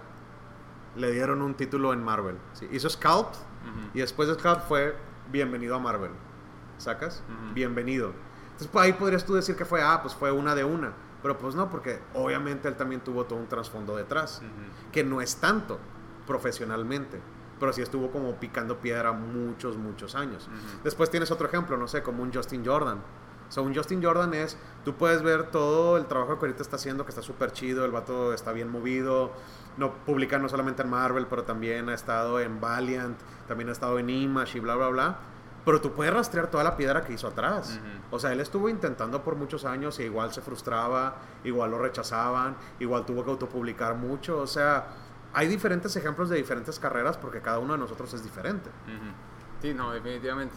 le dieron un título en Marvel, ¿sí? Hizo Scalp y después de Scalp fue bienvenido a Marvel, ¿sacas? Bienvenido. Entonces pues, ahí podrías tú decir que fue pues fue una de una, pero pues no, porque obviamente él también tuvo todo un trasfondo detrás, que no es tanto profesionalmente, pero sí estuvo como picando piedra muchos años. Después tienes otro ejemplo, no sé, como un Justin Jordan. O sea, un Justin Jordan tú puedes ver todo el trabajo que ahorita está haciendo, que está súper chido, el vato está bien movido, publica no solamente en Marvel, pero también ha estado en Valiant, también ha estado en Image y bla, bla, bla. Pero tú puedes rastrear toda la piedra que hizo atrás. O sea, él estuvo intentando por muchos años y igual se frustraba, igual lo rechazaban, igual tuvo que autopublicar mucho. O sea, hay diferentes ejemplos de diferentes carreras porque cada uno de nosotros es diferente. Sí, no, definitivamente.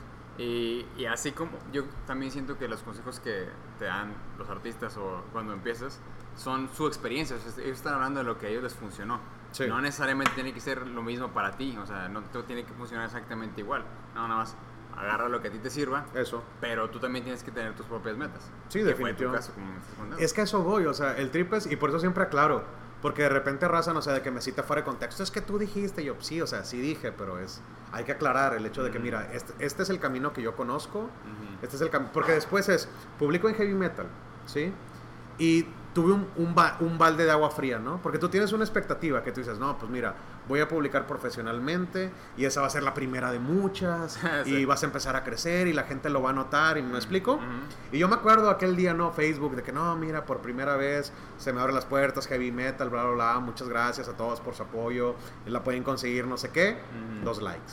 Y así como yo también siento que los consejos que te dan los artistas o cuando empiezas son su experiencia, o sea, ellos están hablando de lo que a ellos les funcionó. No necesariamente tiene que ser lo mismo para ti, o sea, no tiene que funcionar exactamente igual, nada más agarra lo que a ti te sirva, pero tú también tienes que tener tus propias metas. Sí, definitivamente. Es que a eso voy, o sea, el trip es, y por eso siempre aclaro, porque de repente raza, no sé, de que me cita fuera de contexto, es que tú dijiste, yo sí, o sea, sí dije, pero hay que aclarar el hecho de que, mira, este es el camino que yo conozco, este es el camino, porque después publico en heavy metal, ¿sí? Y tuve un balde de agua fría, ¿no? Porque tú tienes una expectativa que tú dices, no, pues mira, voy a publicar profesionalmente y esa va a ser la primera de muchas y vas a empezar a crecer y la gente lo va a notar, y ¿me explico? Y yo me acuerdo aquel día, ¿no? Facebook, de que no, mira, por primera vez se me abren las puertas, heavy metal, bla, bla, bla, muchas gracias a todos por su apoyo, la pueden conseguir, no sé qué, 2 likes.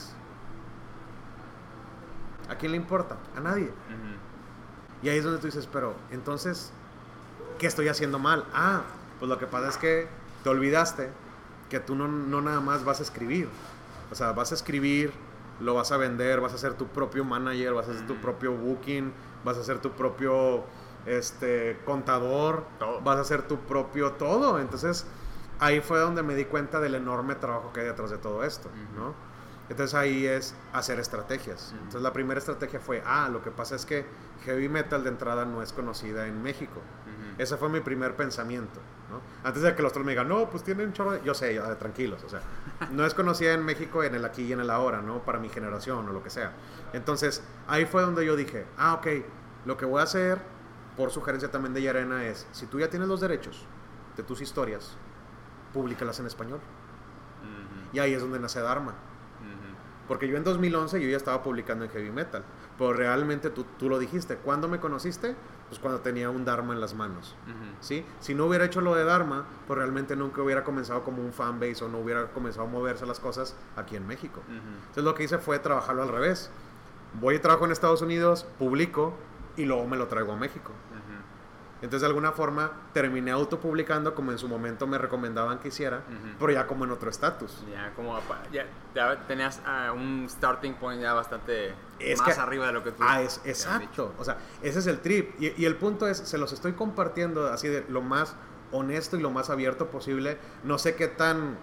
¿A quién le importa? A nadie. Y ahí es donde tú dices, pero entonces, ¿qué estoy haciendo mal? Pues lo que pasa es que te olvidaste que tú no nada más vas a escribir. O sea, vas a escribir, lo vas a vender, vas a ser tu propio manager, vas a hacer tu propio booking, vas a ser tu propio contador, vas a hacer tu propio todo. Entonces, ahí fue donde me di cuenta del enorme trabajo que hay detrás de todo esto, ¿no? Entonces ahí es hacer estrategias. Entonces la primera estrategia fue, lo que pasa es que heavy metal de entrada no es conocida en México. Ese fue mi primer pensamiento, ¿no? Antes de que los otros me digan, no, pues tienen un chorro de... Yo sé, tranquilos, o sea, no es conocida en México en el aquí y en el ahora, ¿no? Para mi generación o lo que sea. Entonces ahí fue donde yo dije, ok, lo que voy a hacer, por sugerencia también de Yarena, es, si tú ya tienes los derechos de tus historias, públicalas en español. Y ahí es donde nace Dharma. Porque yo en 2011 yo ya estaba publicando en heavy metal, pero realmente tú lo dijiste. ¿Cuándo me conociste? Pues cuando tenía un Dharma en las manos, ¿sí? Si no hubiera hecho lo de Dharma, pues realmente nunca hubiera comenzado como un fanbase o no hubiera comenzado a moverse las cosas aquí en México. Entonces lo que hice fue trabajarlo al revés. Voy y trabajo en Estados Unidos, publico y luego me lo traigo a México. Entonces de alguna forma terminé autopublicando como en su momento me recomendaban que hiciera, pero ya como en otro estatus. Ya tenías un starting point ya bastante arriba de lo que tú... Exacto. O sea, ese es el trip. Y el punto es, se los estoy compartiendo así de lo más honesto y lo más abierto posible. No sé qué tan,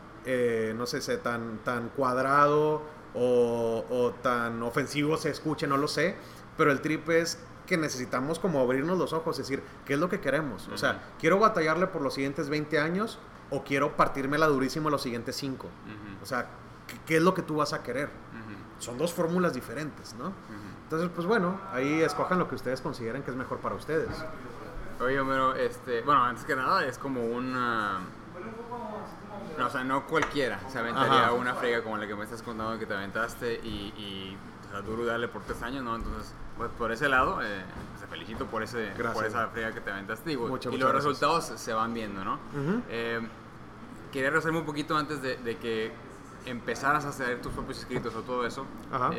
tan cuadrado o tan ofensivo se escuche, no lo sé, pero el trip es que necesitamos como abrirnos los ojos, es decir, ¿qué es lo que queremos? O sea, ¿quiero batallarle por los siguientes 20 años o quiero partírmela durísimo los siguientes 5? O sea, ¿qué es lo que tú vas a querer? Son dos fórmulas diferentes, ¿no? Entonces, pues bueno, ahí escojan lo que ustedes consideren que es mejor para ustedes. Oye, Homero, bueno, antes que nada, es como una... No, o sea, no cualquiera se aventaría una friega como la que me estás contando que te aventaste y o sea, duro darle por 3 años, ¿no? Entonces, pues por ese lado, te felicito por esa friega que te aventaste. Muchas los resultados se van viendo, ¿no? Quería regresarme un poquito antes de que empezaras a hacer tus propios escritos o todo eso.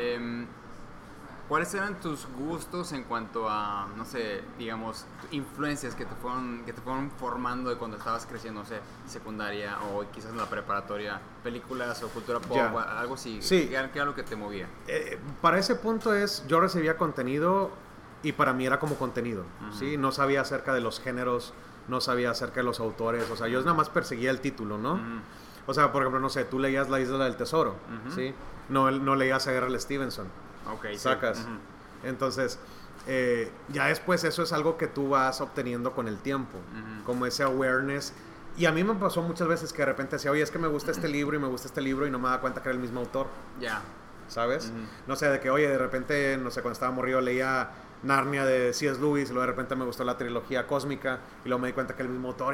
¿Cuáles eran tus gustos en cuanto a, no sé, digamos, influencias que te fueron formando de cuando estabas creciendo, no sé, secundaria o quizás en la preparatoria, películas o cultura pop, algo así? Sí. ¿Qué era lo que te movía? Para ese punto yo recibía contenido y para mí era como contenido, ¿sí? No sabía acerca de los géneros, no sabía acerca de los autores, o sea, yo nada más perseguía el título, ¿no? O sea, por ejemplo, no sé, tú leías La Isla del Tesoro, ¿sí? No leías a R.L. Stevenson. Okay, sacas. Sí. Entonces, ya después eso es algo que tú vas obteniendo con el tiempo, como ese awareness. Y a mí me pasó muchas veces que de repente decía, oye, es que me gusta este libro y me gusta este libro y no me daba cuenta que era el mismo autor. Ya. ¿Sabes? No sé, de que, oye, de repente, no sé, cuando estaba morrido leía Narnia de C.S. Lewis y luego de repente me gustó la trilogía cósmica y luego me di cuenta que era el mismo autor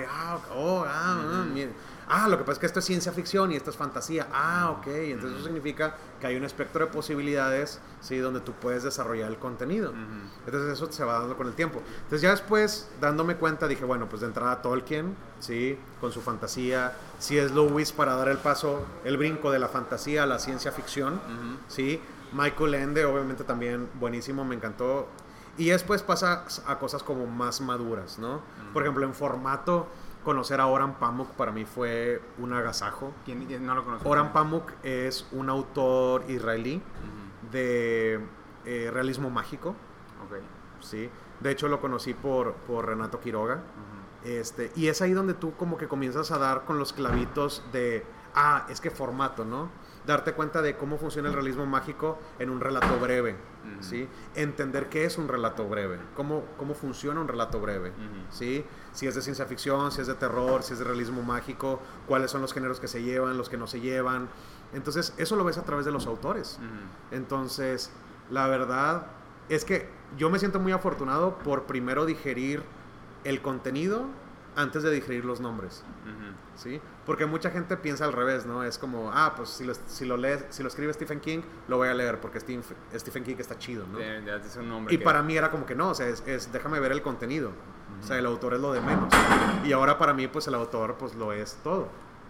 y lo que pasa es que esto es ciencia ficción y esto es fantasía. Ok, entonces eso significa que hay un espectro de posibilidades, ¿sí? Donde tú puedes desarrollar el contenido. Entonces eso se va dando con el tiempo. Entonces ya después, dándome cuenta, dije, bueno, pues de entrada Tolkien, ¿sí? Con su fantasía, C.S. Lewis para dar el brinco de la fantasía a la ciencia ficción, ¿sí? Michael Ende, obviamente también buenísimo, me encantó. Y después pasa a cosas como más maduras, ¿no? Por ejemplo, en formato, conocer a Orhan Pamuk para mí fue un agasajo. ¿Quién no lo conoce? Orhan Pamuk es un autor israelí de realismo mágico. Okay. Sí. De hecho, lo conocí por Renato Quiroga. Y es ahí donde tú como que comienzas a dar con los clavitos de, es que formato, ¿no? Darte cuenta de cómo funciona el realismo mágico en un relato breve, ¿sí? Entender qué es un relato breve, cómo funciona un relato breve, ¿sí? Si es de ciencia ficción, si es de terror, si es de realismo mágico, cuáles son los géneros que se llevan, los que no se llevan. Entonces, eso lo ves a través de los autores. Entonces, la verdad es que yo me siento muy afortunado por primero digerir el contenido antes de digerir los nombres. ¿Sí? Porque mucha gente piensa al revés, ¿no? Es como, pues si lo escribe Stephen King, lo voy a leer porque Stephen King está chido, ¿no? Es un nombre y para mí era como que no, o sea, déjame ver el contenido. O sea, el autor es lo de menos. Y ahora para mí, pues el autor, pues lo es todo.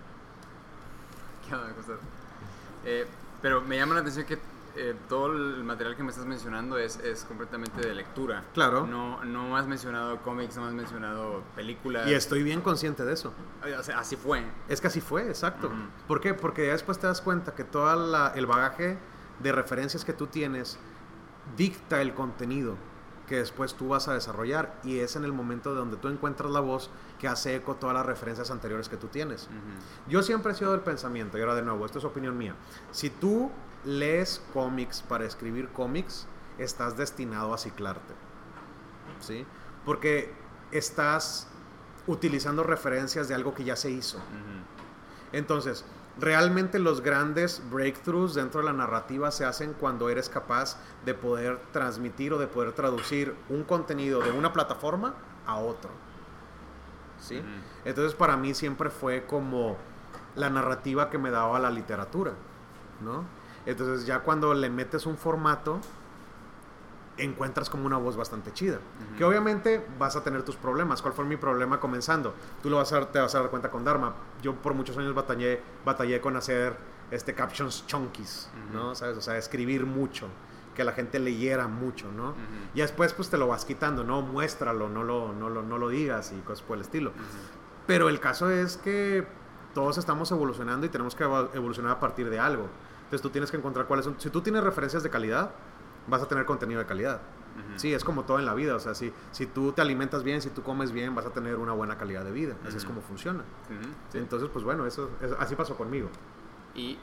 ¿Qué onda, Costas? Pero me llama la atención que todo el material que me estás mencionando es completamente de lectura. Claro. No has mencionado cómics, no has mencionado películas. Y estoy bien consciente de eso. O sea, así fue. Es que así fue, exacto. ¿Por qué? Porque ya después te das cuenta que todo el bagaje de referencias que tú tienes dicta el contenido que después tú vas a desarrollar, y es en el momento donde tú encuentras la voz que hace eco todas las referencias anteriores que tú tienes. Yo siempre he sido del pensamiento, y ahora de nuevo, esto es opinión mía, si tú lees cómics para escribir cómics, estás destinado a ciclarte, ¿sí? Porque estás utilizando referencias de algo que ya se hizo. Entonces, realmente los grandes breakthroughs dentro de la narrativa se hacen cuando eres capaz de poder transmitir o de poder traducir un contenido de una plataforma a otro, ¿sí? Entonces, para mí siempre fue como la narrativa que me daba la literatura, ¿no? Entonces, ya cuando le metes un formato, encuentras como una voz bastante chida. Que obviamente vas a tener tus problemas. ¿Cuál fue mi problema comenzando? Tú te vas a dar cuenta con Dharma. Yo por muchos años batallé con hacer captions chunkies, ¿no? ¿Sabes? O sea, escribir mucho, que la gente leyera mucho, ¿no? Y después pues te lo vas quitando, ¿no? Muéstralo, no lo digas y cosas por el estilo. Pero el caso es que todos estamos evolucionando y tenemos que evolucionar a partir de algo. Entonces tú tienes que encontrar cuáles son. Si tú tienes referencias de calidad, vas a tener contenido de calidad. Sí, es como todo en la vida. O sea, si tú te alimentas bien, si tú comes bien, vas a tener una buena calidad de vida. Así es como funciona. Sí. Entonces, pues bueno, así pasó conmigo. Y,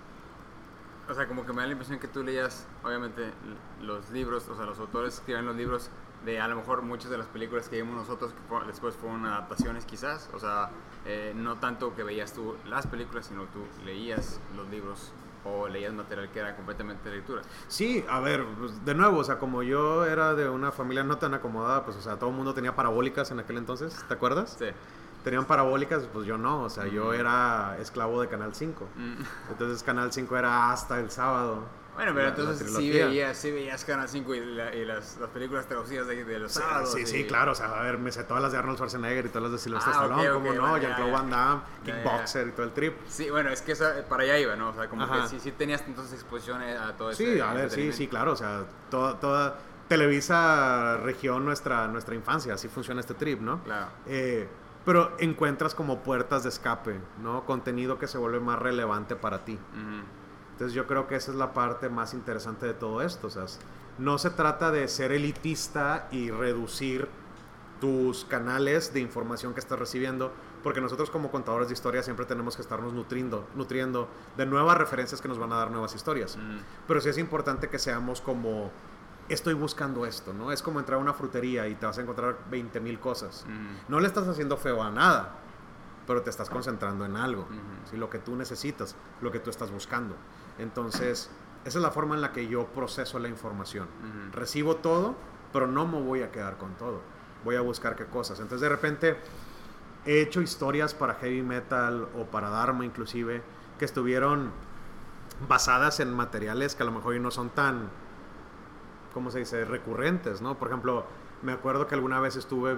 o sea, como que me da la impresión que tú leías, obviamente, los libros, o sea, los autores escriben los libros de a lo mejor muchas de las películas que vimos nosotros, que después fueron adaptaciones quizás. O sea, no tanto que veías tú las películas, sino tú leías los libros o leías material que era completamente de lectura. Sí, a ver, pues, de nuevo, o sea, como yo era de una familia no tan acomodada, pues, o sea, todo el mundo tenía parabólicas en aquel entonces, ¿te acuerdas? Sí. Tenían parabólicas, pues yo no, o sea, yo era esclavo de Canal 5. Entonces Canal 5 era hasta el sábado. Bueno, pero entonces sí veías Canal 5 y las películas traducidas de los sábados. Sí, claro, o sea, a ver, me sé todas las de Arnold Schwarzenegger y todas las de Sylvester Stallone, como no, Jean-Claude Van Damme, Kickboxer y todo el trip. Sí, bueno, es que para allá iba, ¿no? O sea, como que sí tenías entonces exposición a todo eso. Sí, a ver, sí, claro, o sea, toda Televisa regió nuestra infancia, así funciona este trip, ¿no? Claro. Pero encuentras como puertas de escape, ¿no? Contenido que se vuelve más relevante para ti. Entonces yo creo que esa es la parte más interesante de todo esto. O sea, no se trata de ser elitista y reducir tus canales de información que estás recibiendo, porque nosotros como contadores de historias siempre tenemos que estarnos nutriendo de nuevas referencias que nos van a dar nuevas historias. Pero sí es importante que seamos como, estoy buscando esto, ¿no? Es como entrar a una frutería y te vas a encontrar 20,000 cosas. No le estás haciendo feo a nada, pero te estás concentrando en algo, ¿sí? Lo que tú necesitas, lo que tú estás buscando. Entonces, esa es la forma en la que yo proceso la información. Recibo todo, pero no me voy a quedar con todo. Voy a buscar qué cosas. Entonces, de repente, he hecho historias para heavy metal o para Dharma inclusive, que estuvieron basadas en materiales que a lo mejor no son tan, ¿cómo se dice?, recurrentes, ¿no? Por ejemplo, me acuerdo que alguna vez estuve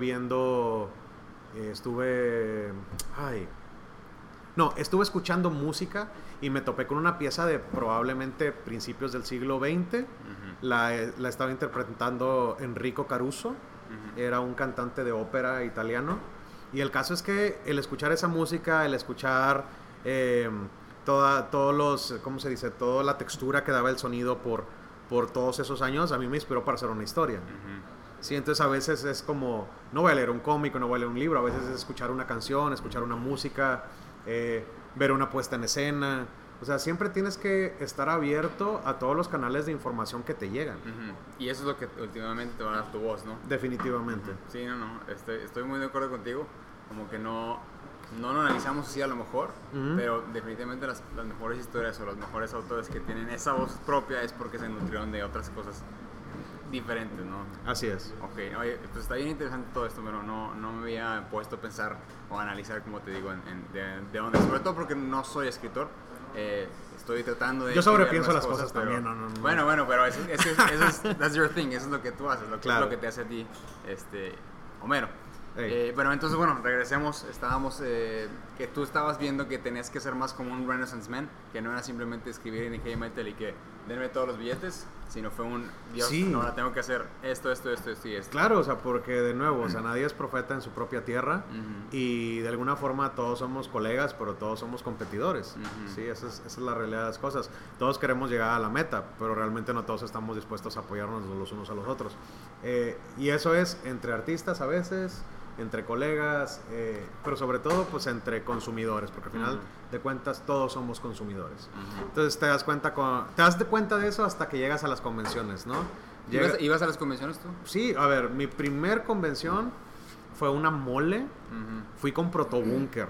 escuchando música y me topé con una pieza de probablemente principios del siglo XX. La estaba interpretando Enrico Caruso. Era un cantante de ópera italiano. Y el caso es que el escuchar esa música, el escuchar toda la textura que daba el sonido por todos esos años, a mí me inspiró para hacer una historia. Sí, entonces a veces es como, no voy a leer un cómic, no voy a leer un libro, a veces es escuchar una canción, escuchar una música, ver una puesta en escena. O sea, siempre tienes que estar abierto a todos los canales de información que te llegan. Y eso es lo que últimamente te va a dar tu voz, ¿no? Definitivamente. Sí, estoy muy de acuerdo contigo. Como que no lo analizamos así a lo mejor, pero definitivamente las mejores historias o los mejores autores que tienen esa voz propia es porque se nutrieron de otras cosas diferentes, ¿no? Así es. Ok, oye, pues está bien interesante todo esto, pero no me había puesto a pensar o a analizar, como te digo, de dónde. Sobre todo porque no soy escritor. Estoy tratando de... Yo sobrepienso las cosas pero, también, no. Bueno, pero eso es that's your thing, eso es lo que tú haces, es lo que te hace a ti, Homero. Bueno, entonces, regresemos. Estábamos, que tú estabas viendo que tenías que ser más como un Renaissance Man, que no era simplemente escribir en heavy metal y que denme todos los billetes, sino fue un, Dios, ahora tengo que hacer esto y esto. Claro, o sea, porque de nuevo, o sea, nadie es profeta en su propia tierra y de alguna forma todos somos colegas, pero todos somos competidores. Sí, esa es la realidad de las cosas. Todos queremos llegar a la meta, pero realmente no todos estamos dispuestos a apoyarnos los unos a los otros. Y eso es entre artistas a veces, entre colegas, pero sobre todo pues entre consumidores, porque al final de cuentas todos somos consumidores. Entonces te das cuenta de eso hasta que llegas a las convenciones, ¿no? ¿Ibas a las convenciones tú? Sí, a ver, mi primer convención fue una mole. Fui con Protobunker.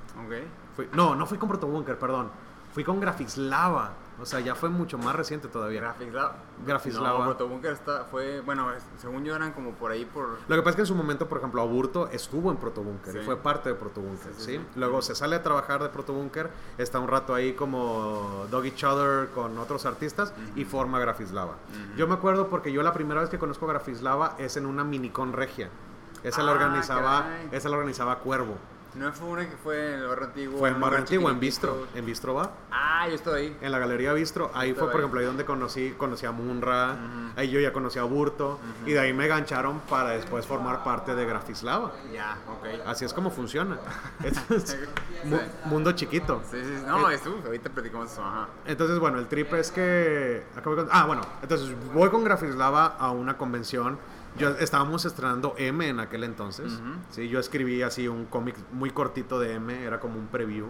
No fui con Protobunker, perdón. Fui con Grafislava. O sea, ya fue mucho más reciente todavía. Grafislava. No, Protobunker fue... Bueno, según yo eran como por ahí por... Lo que pasa es que en su momento, por ejemplo, Aburto estuvo en Protobunker. Y fue parte de Protobunker, ¿sí? Luego se sale a trabajar de Protobunker, está un rato ahí como Dog Each Other con otros artistas y forma Grafislava. Yo me acuerdo porque yo la primera vez que conozco Grafislava es en una Minicon Regia. Esa la organizaba Cuervo. ¿No fue una que fue en el barrio antiguo? Fue en barrio antiguo, en Bistro Bar. Ah, yo estoy ahí. En la Galería Bistro. Ahí fue, por ejemplo, ahí donde conocí a Munra. Ahí yo ya conocí a Burto. Y de ahí me gancharon para después formar parte de Grafislava. Ya, ok. Así es como funciona. Mundo chiquito. Sí. No, ahorita platicamos eso. Ajá. Entonces, bueno, el trip es que... entonces voy con Grafislava a una convención. Estábamos estrenando M en aquel entonces. Sí, yo escribí así un cómic muy cortito de M, era como un preview.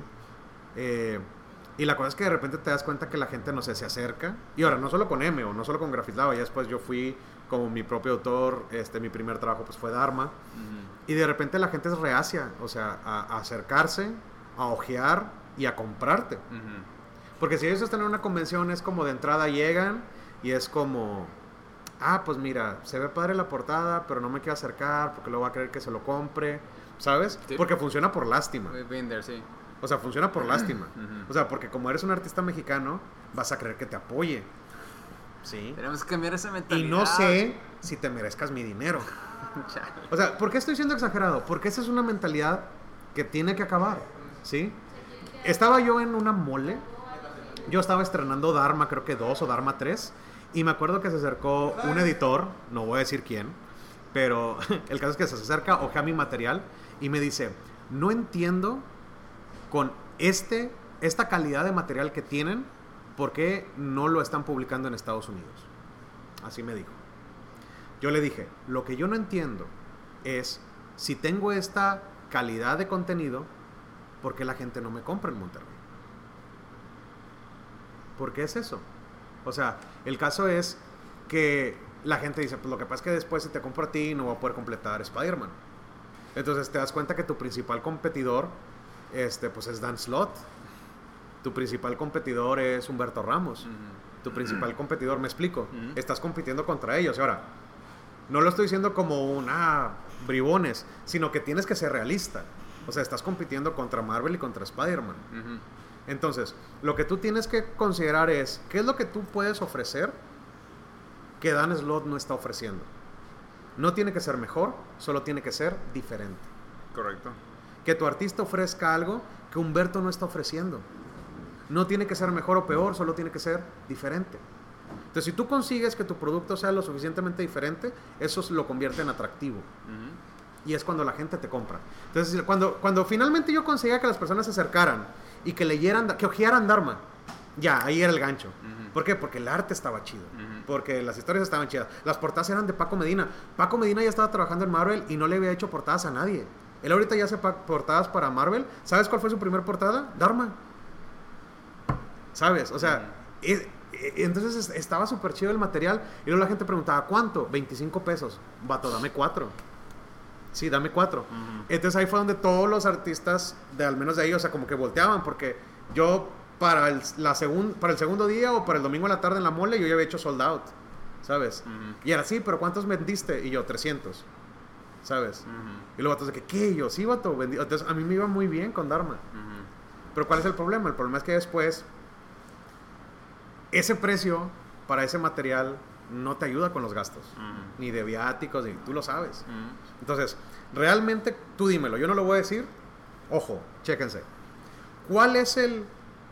Y la cosa es que de repente te das cuenta que la gente, no sé, se acerca. Y ahora, no solo con M o no solo con Grafislava, ya después yo fui como mi propio autor. Mi primer trabajo pues fue Dharma. Y de repente la gente es reacia, o sea, a acercarse, a ojear y a comprarte. Porque si ellos están en una convención, es como de entrada llegan y es como... pues mira, se ve padre la portada, pero no me quiero acercar porque luego va a querer que se lo compre, ¿sabes? Sí. Porque funciona por lástima. Sí. O sea, funciona por lástima. O sea, porque como eres un artista mexicano, vas a querer que te apoye. ¿Sí? Tenemos que cambiar esa mentalidad. Y no sé si te merezcas mi dinero. O sea, ¿por qué estoy siendo exagerado? Porque esa es una mentalidad que tiene que acabar, ¿sí? Estaba yo en una mole. Yo estaba estrenando Dharma, creo que 2 o Dharma 3. Y me acuerdo que se acercó un editor, no voy a decir quién, pero el caso es que se acerca, ojea mi material y me dice, no entiendo con esta calidad de material que tienen, ¿por qué no lo están publicando en Estados Unidos? Así me dijo. Yo le dije, lo que yo no entiendo es, si tengo esta calidad de contenido, ¿por qué la gente no me compra en Monterrey? ¿Por qué es eso? O sea, el caso es que la gente dice, pues lo que pasa es que después si te compro a ti no voy a poder completar Spider-Man. Entonces te das cuenta que tu principal competidor pues es Dan Slott. Tu principal competidor es Humberto Ramos. Tu principal competidor, me explico, estás compitiendo contra ellos. Y ahora, no lo estoy diciendo como bribones, sino que tienes que ser realista. O sea, estás compitiendo contra Marvel y contra Spider-Man. Entonces, lo que tú tienes que considerar es, ¿qué es lo que tú puedes ofrecer que Dan Slott no está ofreciendo? No tiene que ser mejor, solo tiene que ser diferente. Correcto. Que tu artista ofrezca algo que Humberto no está ofreciendo. No tiene que ser mejor o peor, solo tiene que ser diferente. Entonces, si tú consigues que tu producto sea lo suficientemente diferente, eso lo convierte en atractivo. Y es cuando la gente te compra. Entonces, cuando finalmente yo conseguía que las personas se acercaran y que leyeran, que ojearan Dharma, ya, ahí era el gancho. ¿Por qué? Porque el arte estaba chido. Porque las historias estaban chidas. Las portadas eran de Paco Medina. Paco Medina ya estaba trabajando en Marvel y no le había hecho portadas a nadie. Él ahorita ya hace portadas para Marvel. ¿Sabes cuál fue su primer portada? Dharma. ¿Sabes? O sea, entonces estaba súper chido el material. Y luego la gente preguntaba, ¿cuánto? 25 pesos. Vato, dame 4. Sí, dame 4. Entonces ahí fue donde todos los artistas, al menos de ahí, o sea, como que volteaban, porque yo para el segundo día o para el domingo en la tarde en la mole, yo ya había hecho sold out, ¿sabes? Y era así, pero ¿cuántos vendiste? Y yo, 300, ¿sabes? Y los vatos de que, ¿qué? Y yo, sí, vato, vendí. Entonces a mí me iba muy bien con Dharma. Pero ¿cuál es el problema? El problema es que después ese precio para ese material no te ayuda con los gastos, ni de viáticos, ni tú lo sabes. Entonces, realmente, tú dímelo, yo no lo voy a decir. Ojo, chéquense. ¿Cuál es el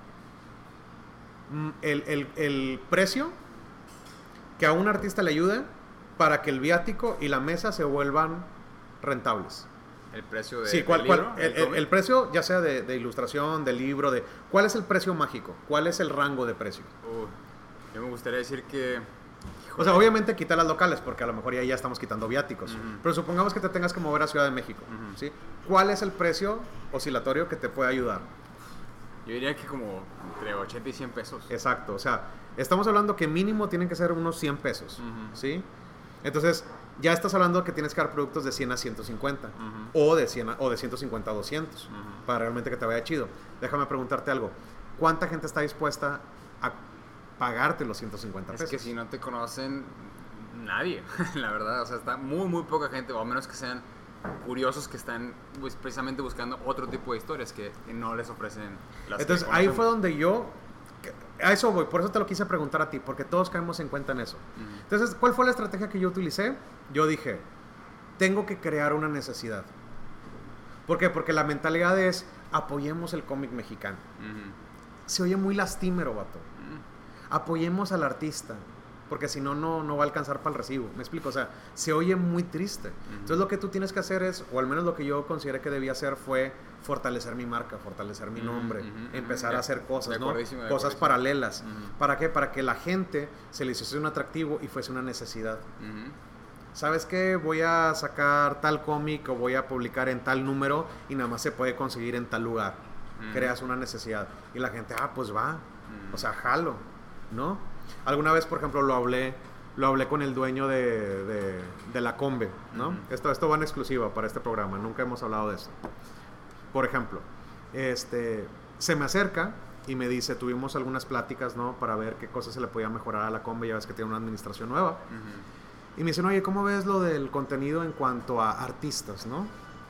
precio que a un artista le ayude para que el viático y la mesa se vuelvan rentables? ¿El precio de, sí, del libro? El precio, ya sea de ilustración, de libro, ¿cuál es el precio mágico? ¿Cuál es el rango de precio? Yo me gustaría decir que... O sea, obviamente quita las locales, porque a lo mejor ya estamos quitando viáticos. Pero supongamos que te tengas que mover a Ciudad de México, ¿sí? ¿Cuál es el precio oscilatorio que te puede ayudar? Yo diría que como entre 80 y 100 pesos. Exacto, o sea, estamos hablando que mínimo tienen que ser unos 100 pesos, ¿sí? Entonces, ya estás hablando que tienes que dar productos de 100 a 150, o de 150 a 200, para realmente que te vaya chido. Déjame preguntarte algo. ¿Cuánta gente está dispuesta a pagarte los 150 pesos? Es que si no te conocen, nadie, la verdad. O sea, está muy poca gente, o a menos que sean curiosos que están pues, precisamente buscando otro tipo de historias que no les ofrecen las. Entonces, ahí fue donde yo... A eso voy, por eso te lo quise preguntar a ti, porque todos caemos en cuenta en eso. Entonces, ¿cuál fue la estrategia que yo utilicé? Yo dije, tengo que crear una necesidad. ¿Por qué? Porque la mentalidad es, apoyemos el cómic mexicano. Se oye muy lastimero, vato. Apoyemos al artista, porque si no, no va a alcanzar para el recibo. ¿Me explico? O sea, se oye muy triste. Entonces lo que tú tienes que hacer es, o al menos lo que yo consideré que debía hacer fue fortalecer mi marca, fortalecer mi nombre, empezar a hacer cosas, ¿no? Cosas paralelas. ¿Para qué? Para que la gente se les hiciese un atractivo y fuese una necesidad. ¿Sabes qué? Voy a sacar tal cómic o voy a publicar en tal número y nada más se puede conseguir en tal lugar. Creas una necesidad. Y la gente, pues va. O sea, jalo, ¿no? Alguna vez, por ejemplo, lo hablé con el dueño de la Combe, ¿no? Esto va en exclusiva para este programa. Nunca hemos hablado de esto. Por ejemplo, se me acerca y me dice, tuvimos algunas pláticas, ¿no? Para ver qué cosas se le podía mejorar a la Combe. Ya ves que tiene una administración nueva. Y me dicen, oye, ¿cómo ves lo del contenido en cuanto a artistas, no?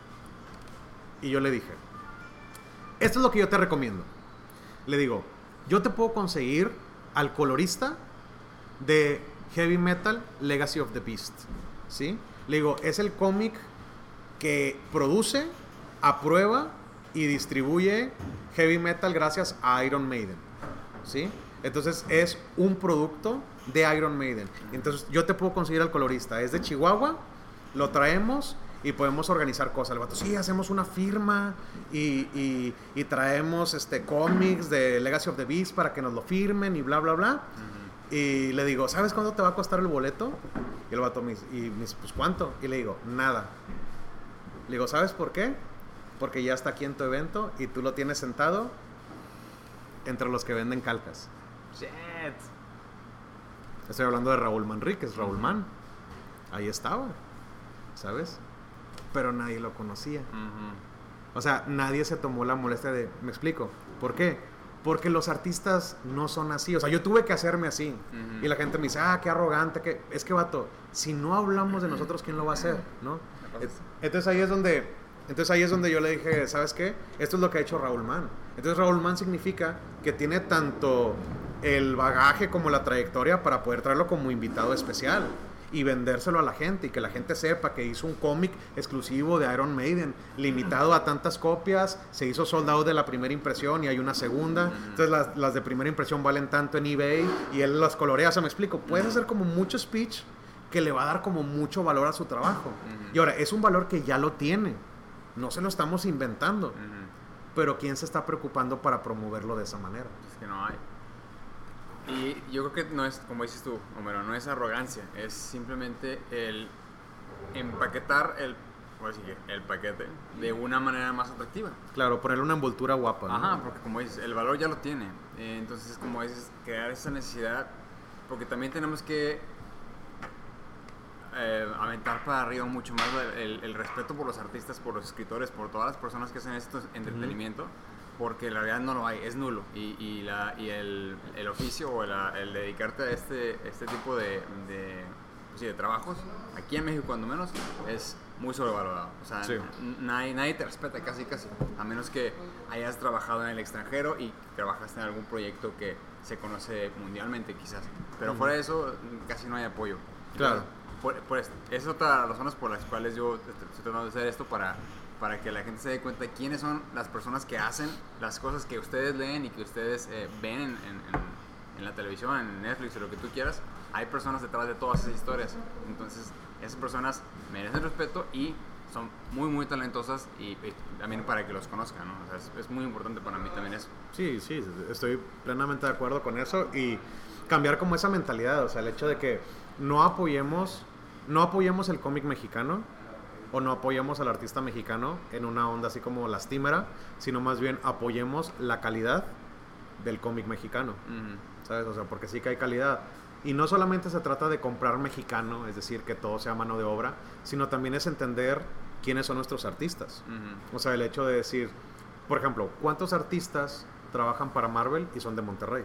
Y yo le dije, esto es lo que yo te recomiendo. Le digo, yo te puedo conseguir al colorista de Heavy Metal Legacy of the Beast, ¿sí? Le digo, es el cómic que produce, aprueba y distribuye Heavy Metal gracias a Iron Maiden, ¿sí? Entonces es un producto de Iron Maiden. Entonces yo te puedo conseguir al colorista. Es de Chihuahua, lo traemos y podemos organizar cosas. El vato, sí, hacemos una firma y traemos cómics de Legacy of the Beast para que nos lo firmen y bla, bla, bla. Y le digo, ¿sabes cuánto te va a costar el boleto? Y el vato me dice, pues ¿cuánto? Y le digo, nada. Le digo, ¿sabes por qué? Porque ya está aquí en tu evento y tú lo tienes sentado entre los que venden calcas. Shit. Estoy hablando de Raúl Manríquez, Raúl Man. Ahí estaba, ¿sabes? Pero nadie lo conocía. O sea, nadie se tomó la molestia de... ¿Me explico? ¿Por qué? Porque los artistas no son así. O sea, yo tuve que hacerme así. Y la gente me dice, qué arrogante. Es que, vato, si no hablamos de nosotros, ¿quién lo va a hacer? ¿No? Entonces ahí es donde yo le dije, ¿sabes qué? Esto es lo que ha hecho Raúl Man. Entonces Raúl Man significa que tiene tanto el bagaje como la trayectoria para poder traerlo como invitado especial y vendérselo a la gente y que la gente sepa que hizo un cómic exclusivo de Iron Maiden, limitado a tantas copias, se hizo sold out de la primera impresión y hay una segunda. Entonces las de primera impresión valen tanto en eBay y él las colorea. O sea, me explico, puedes hacer como mucho speech que le va a dar como mucho valor a su trabajo. Y ahora, es un valor que ya lo tiene, no se lo estamos inventando. Pero ¿quién se está preocupando para promoverlo de esa manera? Es que no hay. Y yo creo que no es, como dices tú, Homero, no es arrogancia, es simplemente el empaquetar el paquete de una manera más atractiva. Claro, ponerle una envoltura guapa, ¿no? Ajá, porque como dices, el valor ya lo tiene. Entonces, como dices, crear esa necesidad, porque también tenemos que aventar para arriba mucho más el respeto por los artistas, por los escritores, por todas las personas que hacen esto entretenimiento. Porque en realidad no lo hay, es nulo. Y el oficio o el dedicarte a este tipo de trabajos, aquí en México cuando menos, es muy sobrevalorado. O sea, sí. nadie te respeta casi, a menos que hayas trabajado en el extranjero y trabajaste en algún proyecto que se conoce mundialmente quizás. Pero fuera de eso, casi no hay apoyo. Claro. Es otra de las razones por las cuales yo estoy tratando de hacer esto para que la gente se dé cuenta de quiénes son las personas que hacen las cosas que ustedes leen y que ustedes ven en la televisión, en Netflix o lo que tú quieras. Hay personas detrás de todas esas historias. Entonces, esas personas merecen respeto y son muy, muy talentosas y también para que los conozcan, ¿no? O sea, es muy importante para mí también eso. Sí, estoy plenamente de acuerdo con eso y cambiar como esa mentalidad, o sea, el hecho de que no apoyemos el cómic mexicano o no apoyemos al artista mexicano en una onda así como lastimera, sino más bien apoyemos la calidad del cómic mexicano, ¿sabes? O sea, porque sí que hay calidad. Y no solamente se trata de comprar mexicano, es decir, que todo sea mano de obra, sino también es entender quiénes son nuestros artistas. O sea, el hecho de decir, por ejemplo, ¿cuántos artistas trabajan para Marvel y son de Monterrey?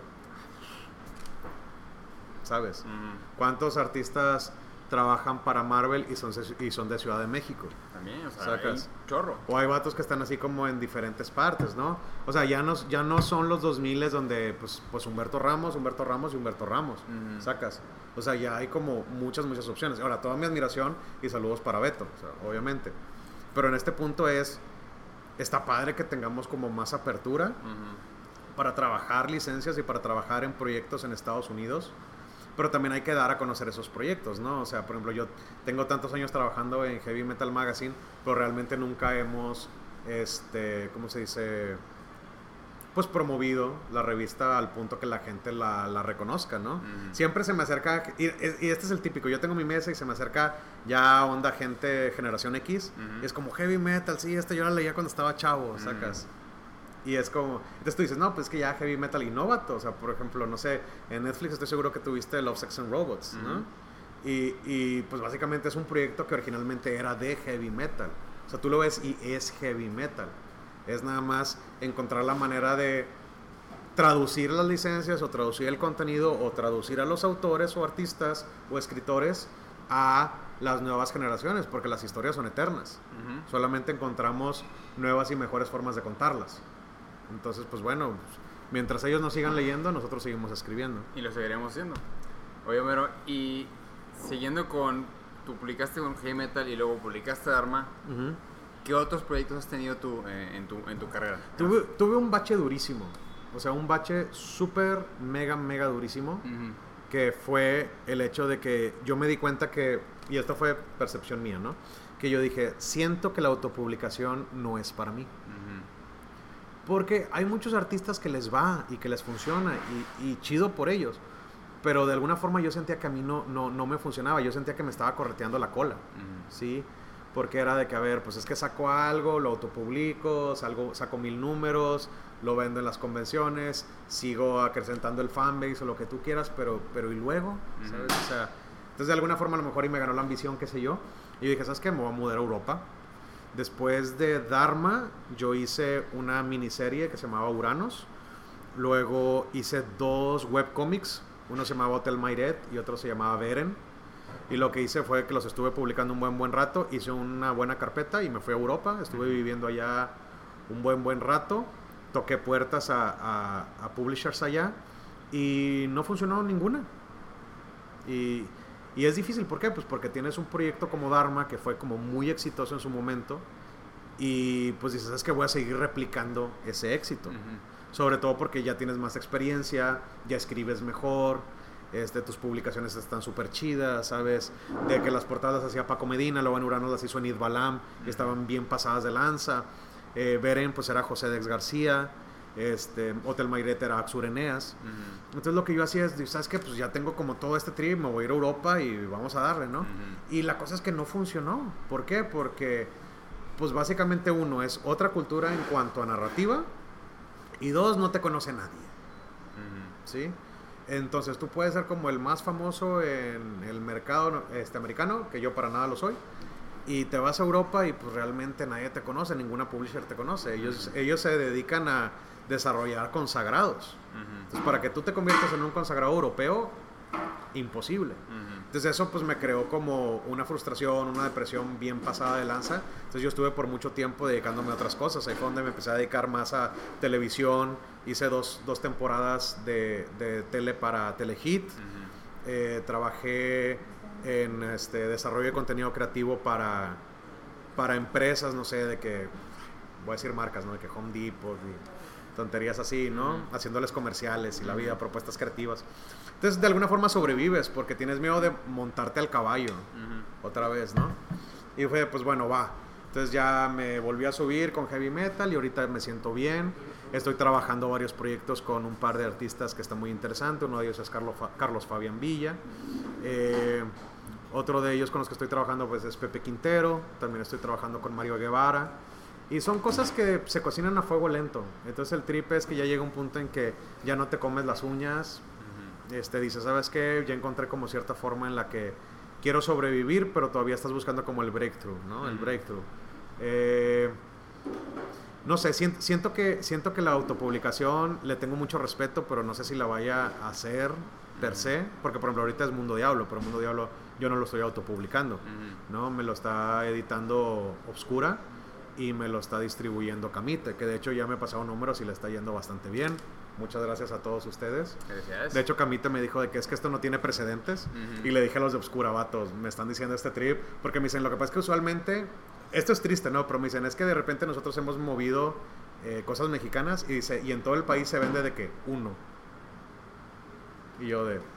¿Sabes? ¿Cuántos artistas trabajan para Marvel y son de Ciudad de México? También, o sea, hay chorro. O hay vatos que están así como en diferentes partes, ¿no? O sea, ya no son los 2000 donde pues Humberto Ramos y Humberto Ramos, sacas. O sea, ya hay como muchas opciones. Ahora, toda mi admiración y saludos para Beto, o sea, obviamente. Pero en este punto es está padre que tengamos como más apertura para trabajar licencias y para trabajar en proyectos en Estados Unidos, pero también hay que dar a conocer esos proyectos, ¿no? O sea, por ejemplo, yo tengo tantos años trabajando en Heavy Metal Magazine, pero realmente nunca hemos, ¿cómo se dice? Pues promovido la revista al punto que la gente la reconozca, ¿no? Siempre se me acerca, y este es el típico, yo tengo mi mesa y se me acerca ya onda gente generación X, y es como Heavy Metal, sí, yo la leía cuando estaba chavo, sacas. Y es como, entonces tú dices, no, pues es que ya Heavy Metal innova, o sea, por ejemplo, no sé, en Netflix estoy seguro que tuviste Love, Sex and Robots, ¿no? Y pues básicamente es un proyecto que originalmente era de Heavy Metal, o sea, tú lo ves y es Heavy Metal. Es nada más encontrar la manera de traducir las licencias o traducir el contenido o traducir a los autores o artistas o escritores a las nuevas generaciones, porque las historias son eternas. Solamente encontramos nuevas y mejores formas de contarlas. Entonces, pues bueno, mientras ellos nos sigan leyendo, nosotros seguimos escribiendo. Y lo seguiremos haciendo. Oye, Homero, y siguiendo con... Tú publicaste con Heavy Metal y luego publicaste Dharma. ¿Qué otros proyectos has tenido tú en tu carrera? Tuve un bache durísimo. O sea, un bache súper, mega durísimo. Que fue el hecho de que yo me di cuenta que... Y esto fue percepción mía, ¿no? Que yo dije, siento que la autopublicación no es para mí. Porque hay muchos artistas que les va y que les funciona. Y chido por ellos. Pero de alguna forma yo sentía que a mí no me funcionaba. Yo sentía que me estaba correteando la cola. ¿Sí? Porque era de que, a ver, pues es que saco algo, lo autopublico, saco 1000 números, lo vendo en las convenciones, sigo acrecentando el fanbase o lo que tú quieras, pero ¿y luego? ¿Sabes? O sea, entonces de alguna forma a lo mejor y me ganó la ambición, qué sé yo, y dije, ¿sabes qué? Me voy a mudar a Europa. Después de Dharma, yo hice una miniserie que se llamaba Uranos, luego hice 2 webcomics, uno se llamaba Hotel Mairet y otro se llamaba Beren. Y lo que hice fue que los estuve publicando un buen rato, hice una buena carpeta y me fui a Europa, estuve viviendo allá un buen rato, toqué puertas a publishers allá y no funcionó ninguna. Y es difícil, ¿por qué? Pues porque tienes un proyecto como Dharma que fue como muy exitoso en su momento y pues dices, es que voy a seguir replicando ese éxito. Sobre todo porque ya tienes más experiencia, ya escribes mejor. Tus publicaciones están súper chidas, ¿sabes? De que las portadas las hacía Paco Medina, luego en Uranos las hizo Enid Balam, y estaban bien pasadas de lanza. Beren, pues era José Dex García, Hotel Mairet era Axur Eneas. Entonces lo que yo hacía es, ¿sabes qué? Pues ya tengo como todo este trip, me voy a ir a Europa y vamos a darle, ¿no? Y la cosa es que no funcionó. ¿Por qué? Porque, pues básicamente uno, es otra cultura en cuanto a narrativa, y 2, no te conoce nadie. ¿Sí? Entonces tú puedes ser como el más famoso en el mercado americano, que yo para nada lo soy, y te vas a Europa y pues realmente nadie te conoce, ninguna publisher te conoce. Ellos se dedican a desarrollar consagrados. Entonces para que tú te conviertas en un consagrado europeo, imposible. Entonces eso pues me creó como una frustración, una depresión bien pasada de lanza. Entonces yo estuve por mucho tiempo dedicándome a otras cosas. Ahí fue donde me empecé a dedicar más a televisión. Hice dos temporadas de tele para Telehit. Trabajé en desarrollo de contenido creativo para empresas, no sé, de que, voy a decir marcas, ¿no? De que Home Depot y tonterías así, ¿no? Haciéndoles comerciales y la vida, propuestas creativas. Entonces, de alguna forma sobrevives porque tienes miedo de montarte al caballo otra vez, ¿no? Y fue, pues bueno, va. Entonces ya me volví a subir con Heavy Metal y ahorita me siento bien. Estoy trabajando varios proyectos con un par de artistas que está muy interesante. Uno de ellos es Carlos Fabián Villa. Otro de ellos con los que estoy trabajando pues es Pepe Quintero. También estoy trabajando con Mario Guevara. Y son cosas que se cocinan a fuego lento. Entonces el trip es que ya llega un punto en que ya no te comes las uñas. Dices, ¿sabes qué? Ya encontré como cierta forma en la que quiero sobrevivir, pero todavía estás buscando como el breakthrough, ¿no? El breakthrough. No sé, siento que la autopublicación le tengo mucho respeto, pero no sé si la vaya a hacer per se, porque por ejemplo ahorita es Mundo Diablo, pero Mundo Diablo yo no lo estoy autopublicando, ¿no? Me lo está editando Obscura y me lo está distribuyendo Camite, que de hecho ya me he pasado números y le está yendo bastante bien. Muchas gracias a todos ustedes. Gracias. De hecho, Camite me dijo de que es que esto no tiene precedentes. Y le dije a los de Obscura, vatos, me están diciendo este trip. Porque me dicen, lo que pasa es que usualmente esto es triste, ¿no? Pero me dicen, es que de repente nosotros hemos movido cosas mexicanas y en todo el país se vende de que uno. Y yo de...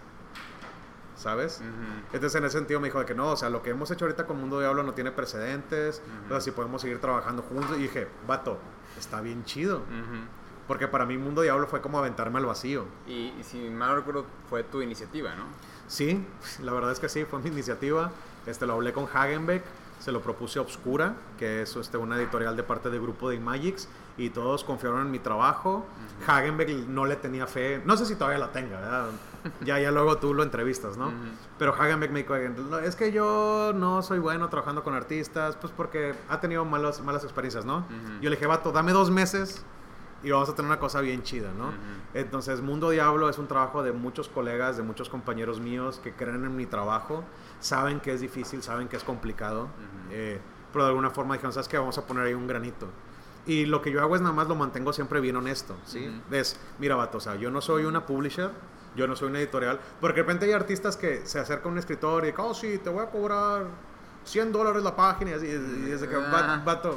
¿Sabes? Entonces en ese sentido me dijo de que no, o sea, lo que hemos hecho ahorita con Mundo Diablo no tiene precedentes, o sea, si podemos seguir trabajando juntos. Y dije, vato, está bien chido. Porque para mí Mundo Diablo fue como aventarme al vacío. Y si mal no recuerdo, fue tu iniciativa, ¿no? Sí, la verdad es que sí, fue mi iniciativa. Lo hablé con Hagenbeck, se lo propuse a Obscura, que es una editorial de parte del grupo de Imagix, y todos confiaron en mi trabajo. Hagenbeck no le tenía fe, no sé si todavía la tenga, ¿verdad? Ya luego tú lo entrevistas, ¿no? Pero Hagenbeck me dijo, es que yo no soy bueno trabajando con artistas, pues porque ha tenido malas experiencias, ¿no? Yo le dije, vato, dame 2 meses y vamos a tener una cosa bien chida, ¿no? Entonces, Mundo Diablo es un trabajo de muchos colegas, de muchos compañeros míos que creen en mi trabajo, saben que es difícil, saben que es complicado, pero de alguna forma dijeron, ¿sabes qué? Vamos a poner ahí un granito. Y lo que yo hago es nada más lo mantengo siempre bien honesto, ¿sí? Mira, vato, o sea, yo no soy una publisher, yo no soy una editorial, porque de repente hay artistas que se acerca a un escritor y dicen, sí, te voy a cobrar $100 la página, y es de que, vato,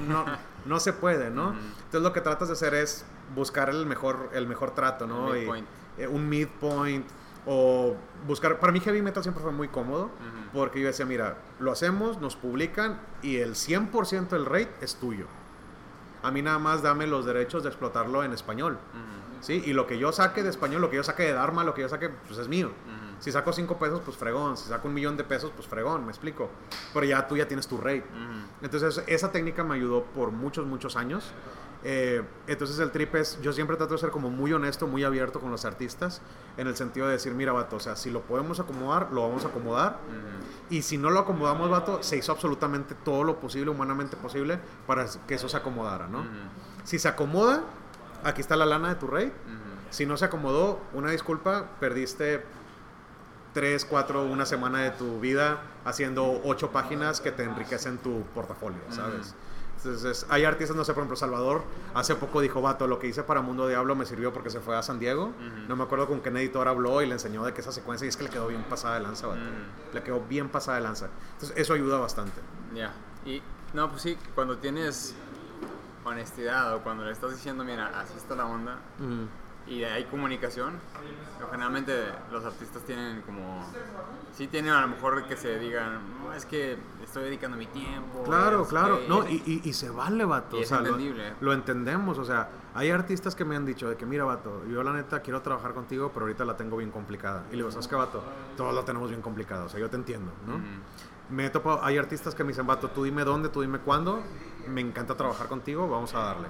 no se puede, ¿no? Entonces lo que tratas de hacer es buscar el mejor trato, ¿no? Un midpoint, o buscar, para mí heavy metal siempre fue muy cómodo, porque yo decía, mira, lo hacemos, nos publican, y el 100% del rate es tuyo. A mí nada más dame los derechos de explotarlo en español, ¿sí? Y lo que yo saque de español, lo que yo saque de Dharma, lo que yo saque, pues es mío. Si saco 5 pesos, pues fregón. Si saco $1,000,000, pues fregón, me explico. Pero tú ya tienes tu rate. Entonces, esa técnica me ayudó por muchos años. Entonces, el trip es, yo siempre trato de ser como muy honesto, muy abierto con los artistas, en el sentido de decir, mira, vato, o sea, si lo podemos acomodar, lo vamos a acomodar. Y si no lo acomodamos, vato, se hizo absolutamente todo lo posible, humanamente posible, para que eso se acomodara, ¿no? Si se acomoda, aquí está la lana de tu rate. Si no se acomodó, una disculpa, perdiste 3, 4, una semana de tu vida haciendo 8 páginas que te enriquecen tu portafolio, ¿sabes? Entonces, hay artistas, no sé, por ejemplo, Salvador, hace poco dijo, vato, lo que hice para Mundo Diablo me sirvió porque se fue a San Diego. No me acuerdo con qué editor habló y le enseñó de que esa secuencia, y es que le quedó bien pasada de lanza, vato. Le quedó bien pasada de lanza. Entonces, eso ayuda bastante. Ya, y no, pues sí, cuando tienes honestidad o cuando le estás diciendo, mira, así está la onda, y hay comunicación, generalmente los artistas tienen como, sí tienen a lo mejor que se digan, no, es que estoy dedicando mi tiempo. Claro, no, y se vale, vato. Y es entendible. Lo entendemos, o sea, hay artistas que me han dicho de que, mira, vato, yo la neta quiero trabajar contigo, pero ahorita la tengo bien complicada. Y le digo, ¿sabes qué, vato? Todos la tenemos bien complicada, o sea, yo te entiendo, ¿no? Me he topado, hay artistas que me dicen, vato, tú dime dónde, tú dime cuándo, me encanta trabajar contigo, vamos a darle.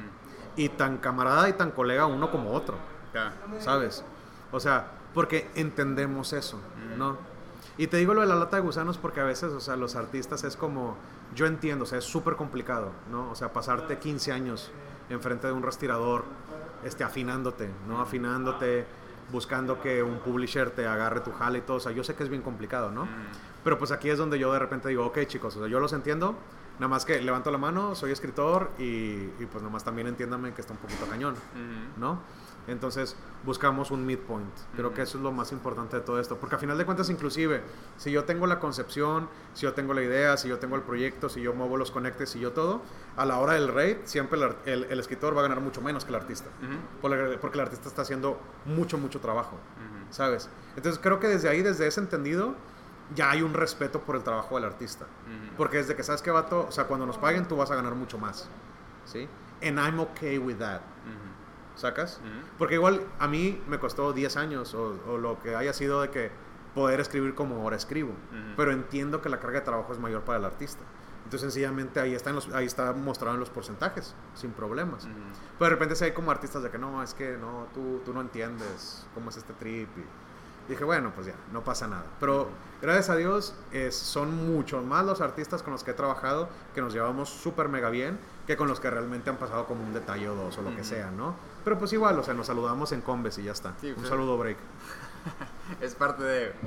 Y tan camarada y tan colega uno como otro, ¿sabes? O sea, porque entendemos eso, ¿no? Y te digo lo de la lata de gusanos porque a veces, o sea, los artistas es como, yo entiendo, o sea, es súper complicado, ¿no? O sea, pasarte 15 años enfrente de un respirador, afinándote, ¿no? Afinándote, buscando que un publisher te agarre tu jale y todo, o sea, yo sé que es bien complicado, ¿no? Pero pues aquí es donde yo de repente digo, ok, chicos, o sea, yo los entiendo, nada más que levanto la mano, soy escritor y pues nada más también entiéndame que está un poquito cañón, ¿no? Entonces buscamos un midpoint. Creo que eso es lo más importante de todo esto, porque a final de cuentas, inclusive, si yo tengo la concepción, si yo tengo la idea, si yo tengo el proyecto, si yo muevo los conectes, si yo todo, a la hora del rate, siempre el escritor va a ganar mucho menos que el artista, porque el artista está haciendo mucho trabajo, ¿sabes? Entonces creo que desde ahí, desde ese entendido, ya hay un respeto por el trabajo del artista, porque desde que sabes que, vato, o sea, cuando nos paguen tú vas a ganar mucho más, ¿sí? And I'm okay with that. ¿Sacas? Porque igual a mí me costó 10 años o lo que haya sido de que poder escribir como ahora escribo, pero entiendo que la carga de trabajo es mayor para el artista. Entonces sencillamente ahí está mostrado en los porcentajes, sin problemas. Pero de repente si hay como artistas de que no, es que no, tú no entiendes cómo es este trip. Y dije, bueno, pues ya, no pasa nada. Pero gracias a Dios son muchos más los artistas con los que he trabajado que nos llevamos súper mega bien que con los que realmente han pasado como un detalle o dos o lo que sea, ¿no? Pero pues igual, o sea, nos saludamos en Combes y ya está. Sí, un saludo, Break. Es parte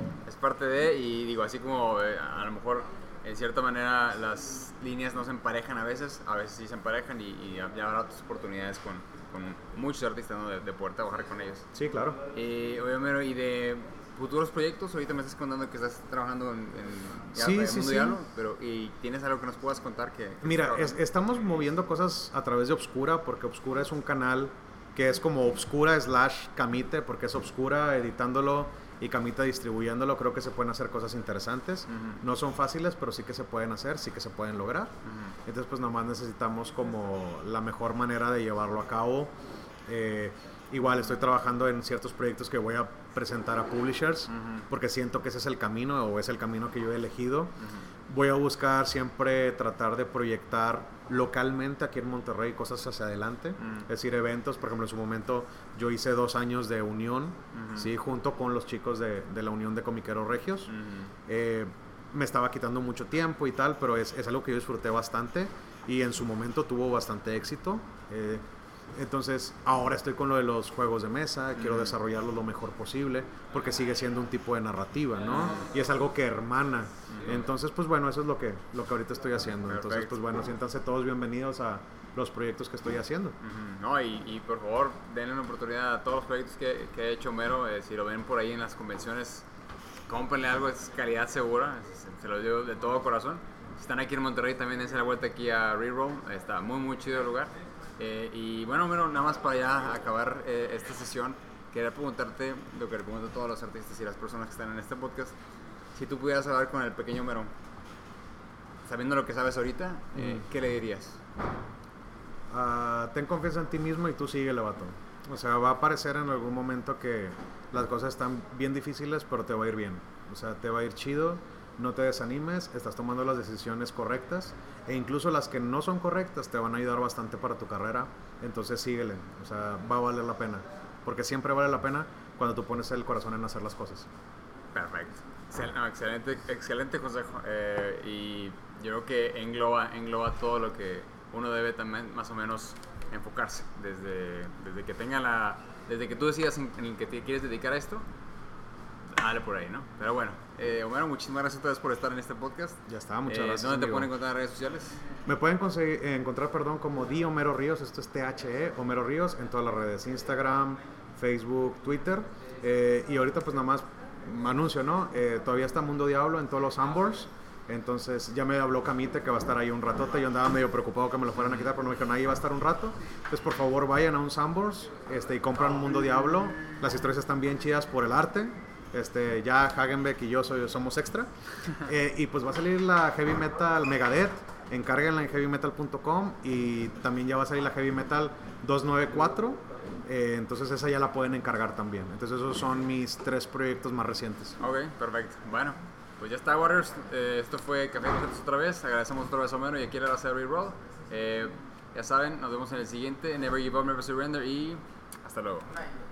de, y digo, así como a lo mejor en cierta manera las líneas no se emparejan a veces sí se emparejan y ya habrá otras oportunidades con muchos artistas, ¿no? de poder trabajar con ellos. Sí, claro. Oye, Homero, y de futuros proyectos. Ahorita me estás contando que estás trabajando en sí, Mundo Diablo, pero ¿y tienes algo que nos puedas contar? Mira, estamos moviendo cosas a través de Obscura, porque Obscura es un canal que es como Obscura/Camite, porque es Obscura editándolo y Camite distribuyéndolo. Creo que se pueden hacer cosas interesantes. No son fáciles, pero sí que se pueden hacer, sí que se pueden lograr. Entonces pues nomás necesitamos como la mejor manera de llevarlo a cabo. Igual estoy trabajando en ciertos proyectos que voy a presentar a publishers, porque siento que ese es el camino, o es el camino que yo he elegido. Voy a buscar siempre tratar de proyectar localmente aquí en Monterrey cosas hacia adelante, es decir, eventos. Por ejemplo, en su momento yo hice 2 años de unión, ¿sí? Junto con los chicos de la Unión de Comiqueros Regios. Me estaba quitando mucho tiempo y tal, pero es algo que yo disfruté bastante y en su momento tuvo bastante éxito. Entonces ahora estoy con lo de los juegos de mesa, quiero desarrollarlo lo mejor posible, porque sigue siendo un tipo de narrativa, ¿no? Y es algo que hermana. Entonces pues bueno, eso es lo que ahorita estoy haciendo. Perfecto. Entonces pues bueno, siéntanse todos bienvenidos a los proyectos que estoy haciendo. No, y por favor denle una oportunidad a todos los proyectos que ha hecho Homero. Si lo ven por ahí en las convenciones, cómprenle algo, es calidad segura, se lo digo de todo corazón. Si están aquí en Monterrey, también dense la vuelta aquí a Reroll, está muy chido el lugar. Y bueno, nada más para ya acabar esta sesión, quería preguntarte lo que le pregunto a todos los artistas y las personas que están en este podcast. Si tú pudieras hablar con el pequeño Homero, sabiendo lo que sabes ahorita, ¿qué le dirías? Ten confianza en ti mismo y tú síguele, vato. O sea, va a parecer en algún momento que las cosas están bien difíciles, pero te va a ir bien. O sea, te va a ir chido. No te desanimes, estás tomando las decisiones correctas, e incluso las que no son correctas te van a ayudar bastante para tu carrera. Entonces síguele, o sea, va a valer la pena, porque siempre vale la pena cuando tú pones el corazón en hacer las cosas. Perfecto, excelente consejo. Y yo creo que engloba todo lo que uno debe también más o menos enfocarse desde que tú decidas en el que te quieres dedicar a esto. Dale por ahí, ¿no? Pero bueno, Homero, muchísimas gracias a ustedes por estar en este podcast. Ya está, muchas gracias. ¿Dónde te pueden encontrar en redes sociales? Me pueden encontrar como The Homero Ríos, esto es THE, Homero Ríos, en todas las redes, Instagram, Facebook, Twitter. Y ahorita pues nada más anuncio, ¿no? Todavía está Mundo Diablo en todos los Sambors. Entonces ya me habló Camite que va a estar ahí un ratote. Yo andaba medio preocupado que me lo fueran a quitar, pero no me dijeron, ahí va a estar un rato. Entonces por favor vayan a un Sambors y compran Mundo Diablo. Las historias están bien chidas por el arte. Ya Hagenbeck y yo somos extra. Y pues va a salir la Heavy Metal Megadeth. Encárguenla en heavymetal.com. Y también ya va a salir la Heavy Metal 294. Entonces esa ya la pueden encargar también. Entonces esos son mis 3 proyectos más recientes. Ok, perfecto. Bueno, pues ya está, Warriors. Esto fue Café con Nosotros otra vez. Agradecemos otra vez a Homero y aquí a la raza de Reroll. Ya saben, nos vemos en el siguiente. Never give up, never surrender. Y hasta luego.